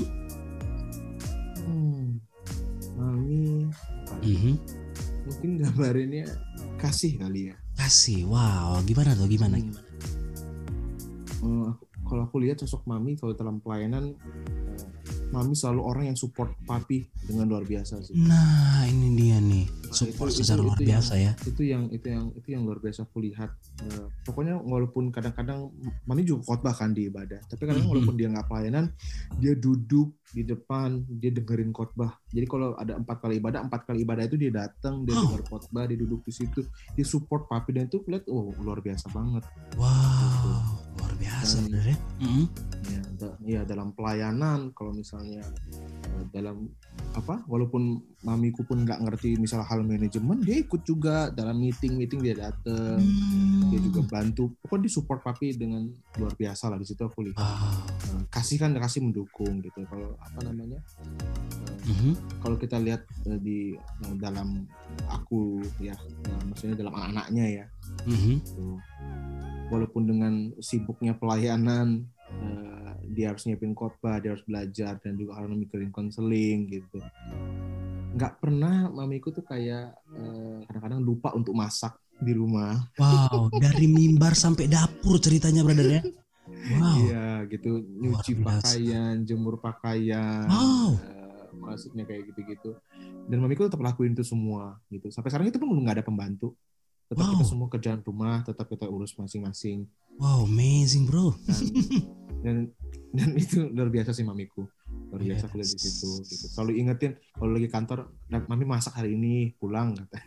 B: Hmm. Mami. Mm-hmm. Mungkin gambarinnya kasih kali ya.
A: Kasih, wow, gimana tuh, gimana,
B: hmm.
A: gimana?
B: Uh, kalau aku lihat sosok mami kalau dalam pelayanan, uh, mami selalu orang yang support papi dengan luar biasa sih.
A: Nah, ini dia nih, support nah, itu, secara itu, luar itu biasa
B: yang,
A: ya.
B: Itu yang itu yang itu yang luar biasa aku lihat. Uh, pokoknya walaupun kadang-kadang mami juga khotbah kan di ibadah, tapi kadang mm-hmm. walaupun dia nggak pelayanan, dia duduk di depan, dia dengerin khotbah. Jadi kalau ada empat kali ibadah, empat kali ibadah itu dia datang, dia oh. denger khotbah, dia duduk di situ, dia support papi, dan itu lihat, oh luar biasa banget.
A: Wow, gitu. Luar biasa bener ya. Mm-hmm.
B: Ya, da- ya dalam pelayanan, kalau misalnya uh, dalam apa, walaupun mamiku pun nggak ngerti misalnya hal manajemen, dia ikut juga dalam meeting-meeting, dia datang, hmm. dia juga bantu. Pokoknya dia support papi dengan luar biasa lah. Di situ aku lihat. Wow. Uh, kasih kan kasih mendukung gitu. Kalau apa namanya? Uh, mm-hmm. Kalau kita lihat uh, di uh, dalam aku ya, uh, maksudnya dalam anak-anaknya ya. Mm-hmm. Gitu. Walaupun dengan sibuknya pelayanan, uh, dia harus nyiapin khotbah, dia harus belajar, dan juga harus mikirin konseling gitu. Nggak pernah mamiku tuh kayak uh, kadang-kadang lupa untuk masak di rumah.
A: Wow, dari mimbar sampai dapur ceritanya brother ya. Wow.
B: Iya gitu, nyuci pakaian, jemur pakaian.
A: Wow.
B: Uh, maksudnya kayak gitu-gitu. Dan mamiku tetap lakuin itu semua gitu. Sampai sekarang itu pun nggak ada pembantu. Tetap wow. kita semua kerjaan rumah, tetap kita urus masing-masing.
A: Wow, amazing bro.
B: Dan, dan, dan itu luar biasa sih mamiku. Luar biasa yes. kuliah di situ. Gitu. Selalu ingetin kalau lagi kantor, mami masak hari ini, pulang katanya.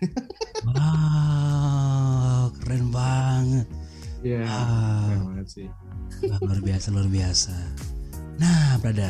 A: Wow, keren banget.
B: Iya, yeah, wow. keren banget sih.
A: Nah, luar biasa, luar biasa. Nah, brother.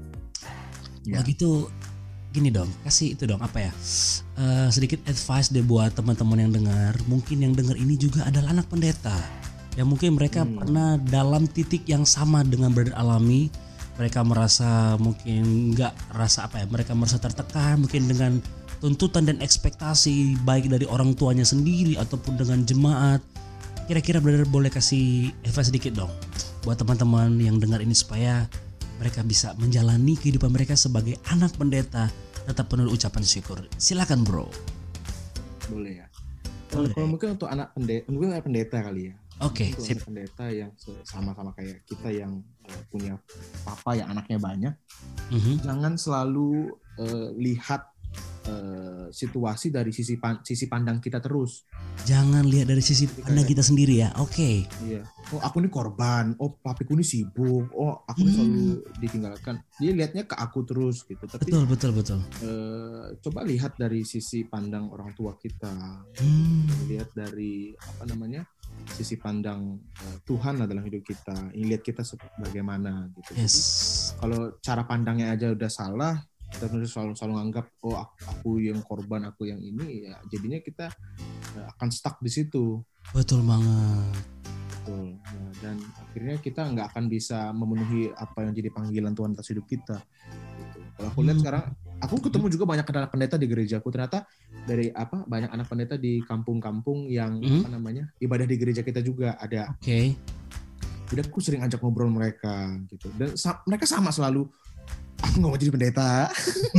A: Yeah. Begitu. Gini dong, kasih itu dong apa ya, uh, sedikit advice deh buat teman-teman yang dengar. Mungkin yang dengar ini juga adalah anak pendeta, yang mungkin mereka hmm. pernah dalam titik yang sama dengan brother alami. Mereka merasa mungkin nggak rasa apa ya, mereka merasa tertekan mungkin dengan tuntutan dan ekspektasi baik dari orang tuanya sendiri ataupun dengan jemaat. Kira-kira brother boleh kasih advice sedikit dong buat teman-teman yang dengar ini supaya mereka bisa menjalani kehidupan mereka sebagai anak pendeta tetap penuh ucapan syukur. Silakan bro.
B: Boleh ya. Boleh. Kalau mungkin untuk anak pendeta, mungkin anak pendeta kali ya.
A: Oke.
B: Okay, anak pendeta yang sama-sama kayak kita yang uh, punya papa yang anaknya banyak. Mm-hmm. Jangan selalu uh, lihat uh, situasi dari sisi pan- sisi pandang kita terus.
A: Jangan lihat dari sisi pandang kita sendiri ya. Oke. Okay.
B: Iya. Oh aku ini korban. Oh papiku ini sibuk. Oh aku ini hmm. selalu ditinggalkan. Dia lihatnya ke aku terus gitu. Tapi
A: betul betul betul.
B: Uh, coba lihat dari sisi pandang orang tua kita.
A: Hmm.
B: Lihat dari apa namanya sisi pandang uh, Tuhan lah dalam hidup kita. Ini lihat kita bagaimana gitu.
A: Yes.
B: Jadi, kalau cara pandangnya aja udah salah, kita selalu selalu anggap oh aku, aku yang korban, aku yang ini, ya jadinya kita uh, akan stuck di situ.
A: Betul banget.
B: Betul. Nah, dan akhirnya kita nggak akan bisa memenuhi apa yang jadi panggilan Tuhan atas hidup kita. Gitu. Kalau aku lihat hmm. sekarang, aku ketemu juga banyak anak pendeta di gerejaku. Ternyata dari apa banyak anak pendeta di kampung-kampung yang hmm. apa namanya ibadah di gereja kita juga ada.
A: Oke. Okay.
B: Jadi aku sering ajak ngobrol mereka gitu. Dan sa- mereka sama selalu. Aku nggak mau jadi pendeta.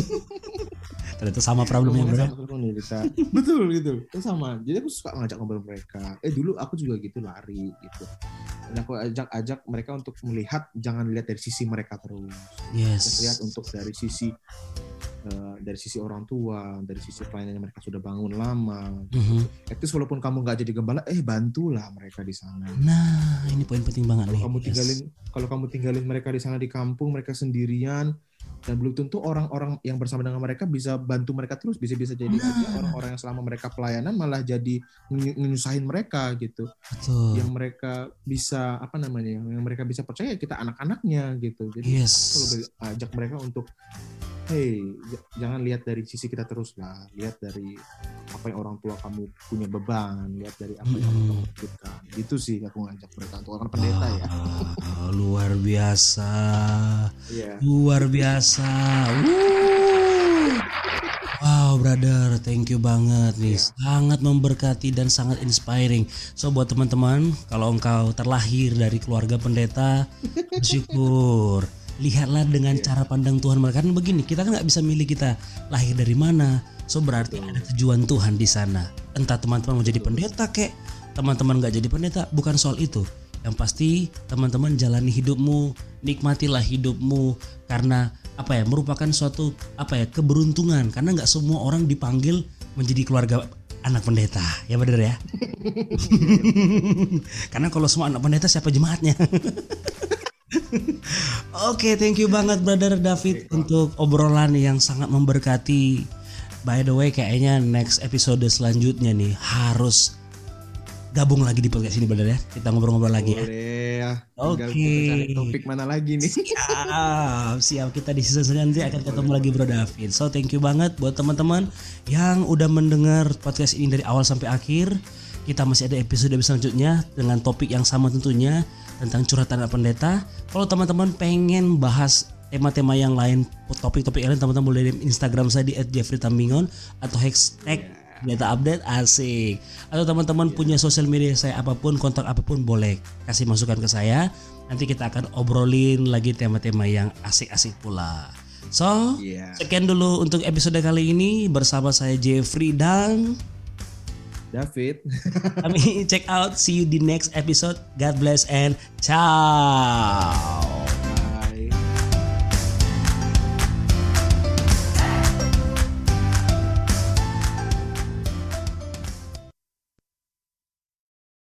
A: Ternyata sama problemnya bro.
B: Betul gitu. Itu sama. Jadi aku suka ngajak ngobrol mereka. Eh dulu aku juga gitu lari gitu. Dan aku ajak-ajak mereka untuk melihat, jangan lihat dari sisi mereka terus.
A: Yes.
B: Lihat untuk dari sisi uh, dari sisi orang tua, dari sisi pelayanan yang mereka sudah bangun lama. Gitu.
A: Mm-hmm.
B: At least walaupun kamu nggak jadi gembala, eh bantulah mereka di sana.
A: Nah, ini poin penting banget
B: kalau
A: nih.
B: Kamu
A: yes.
B: tinggalin, kalau kamu tinggalin mereka di sana di kampung, mereka sendirian. Dan belum tentu orang-orang yang bersama dengan mereka bisa bantu mereka terus, bisa-bisa jadi nah. aja orang-orang yang selama mereka pelayanan malah jadi nyusahin mereka gitu. Betul. Yang mereka bisa apa namanya, yang mereka bisa percaya kita anak-anaknya gitu. Jadi
A: yes.
B: kalau ajak mereka untuk, hey, jangan lihat dari sisi kita terus lah, lihat dari apa yang orang tua kamu punya beban, lihat dari apa yang mm-hmm. kamu butuhkan. Gitu sih aku ngajak mereka untuk akan pendeta ya.
A: Ah, luar biasa,
B: yeah.
A: luar biasa. Woo. Wow, brother, thank you banget nih, yeah. sangat memberkati dan sangat inspiring. So buat teman-teman, kalau engkau terlahir dari keluarga pendeta, bersyukur. Lihatlah dengan yeah. cara pandang Tuhan. Karena begini, kita kan nggak bisa milih kita lahir dari mana. So berarti Betul. ada tujuan Tuhan di sana. Entah teman-teman mau jadi pendeta kek, teman-teman nggak jadi pendeta, bukan soal itu. Yang pasti teman-teman jalani hidupmu, nikmatilah hidupmu karena apa ya, merupakan suatu apa ya keberuntungan. Karena nggak semua orang dipanggil menjadi keluarga anak pendeta, ya benar ya. Karena kalau semua anak pendeta siapa jemaatnya? Oke, okay, thank you banget Brother David okay, untuk obrolan yang sangat memberkati. By the way, kayaknya next episode selanjutnya nih harus gabung lagi di podcast ini, Brother ya. Kita ngobrol-ngobrol lagi ya.
B: Boleh ya.
A: Oke. Okay.
B: Topik mana lagi nih?
A: Siap, siap. Kita di season selanjutnya akan ketemu lagi Bro David. So thank you banget buat teman-teman yang udah mendengar podcast ini dari awal sampai akhir. Kita masih ada episode selanjutnya dengan topik yang sama tentunya, tentang curhatan anak pendeta. Kalau teman-teman pengen bahas tema-tema yang lain, topik-topik yang lain, teman-teman boleh di Instagram saya di et jeffrey tambingon atau hashtag pendeta update asik. Atau teman-teman yeah. punya sosial media saya apapun, kontak apapun boleh kasih masukan ke saya. Nanti kita akan obrolin lagi tema-tema yang asik-asik pula. So, yeah. sekian dulu untuk episode kali ini bersama saya Jeffrey dan
B: David.
A: Kami check out, see you di next episode. God bless and ciao.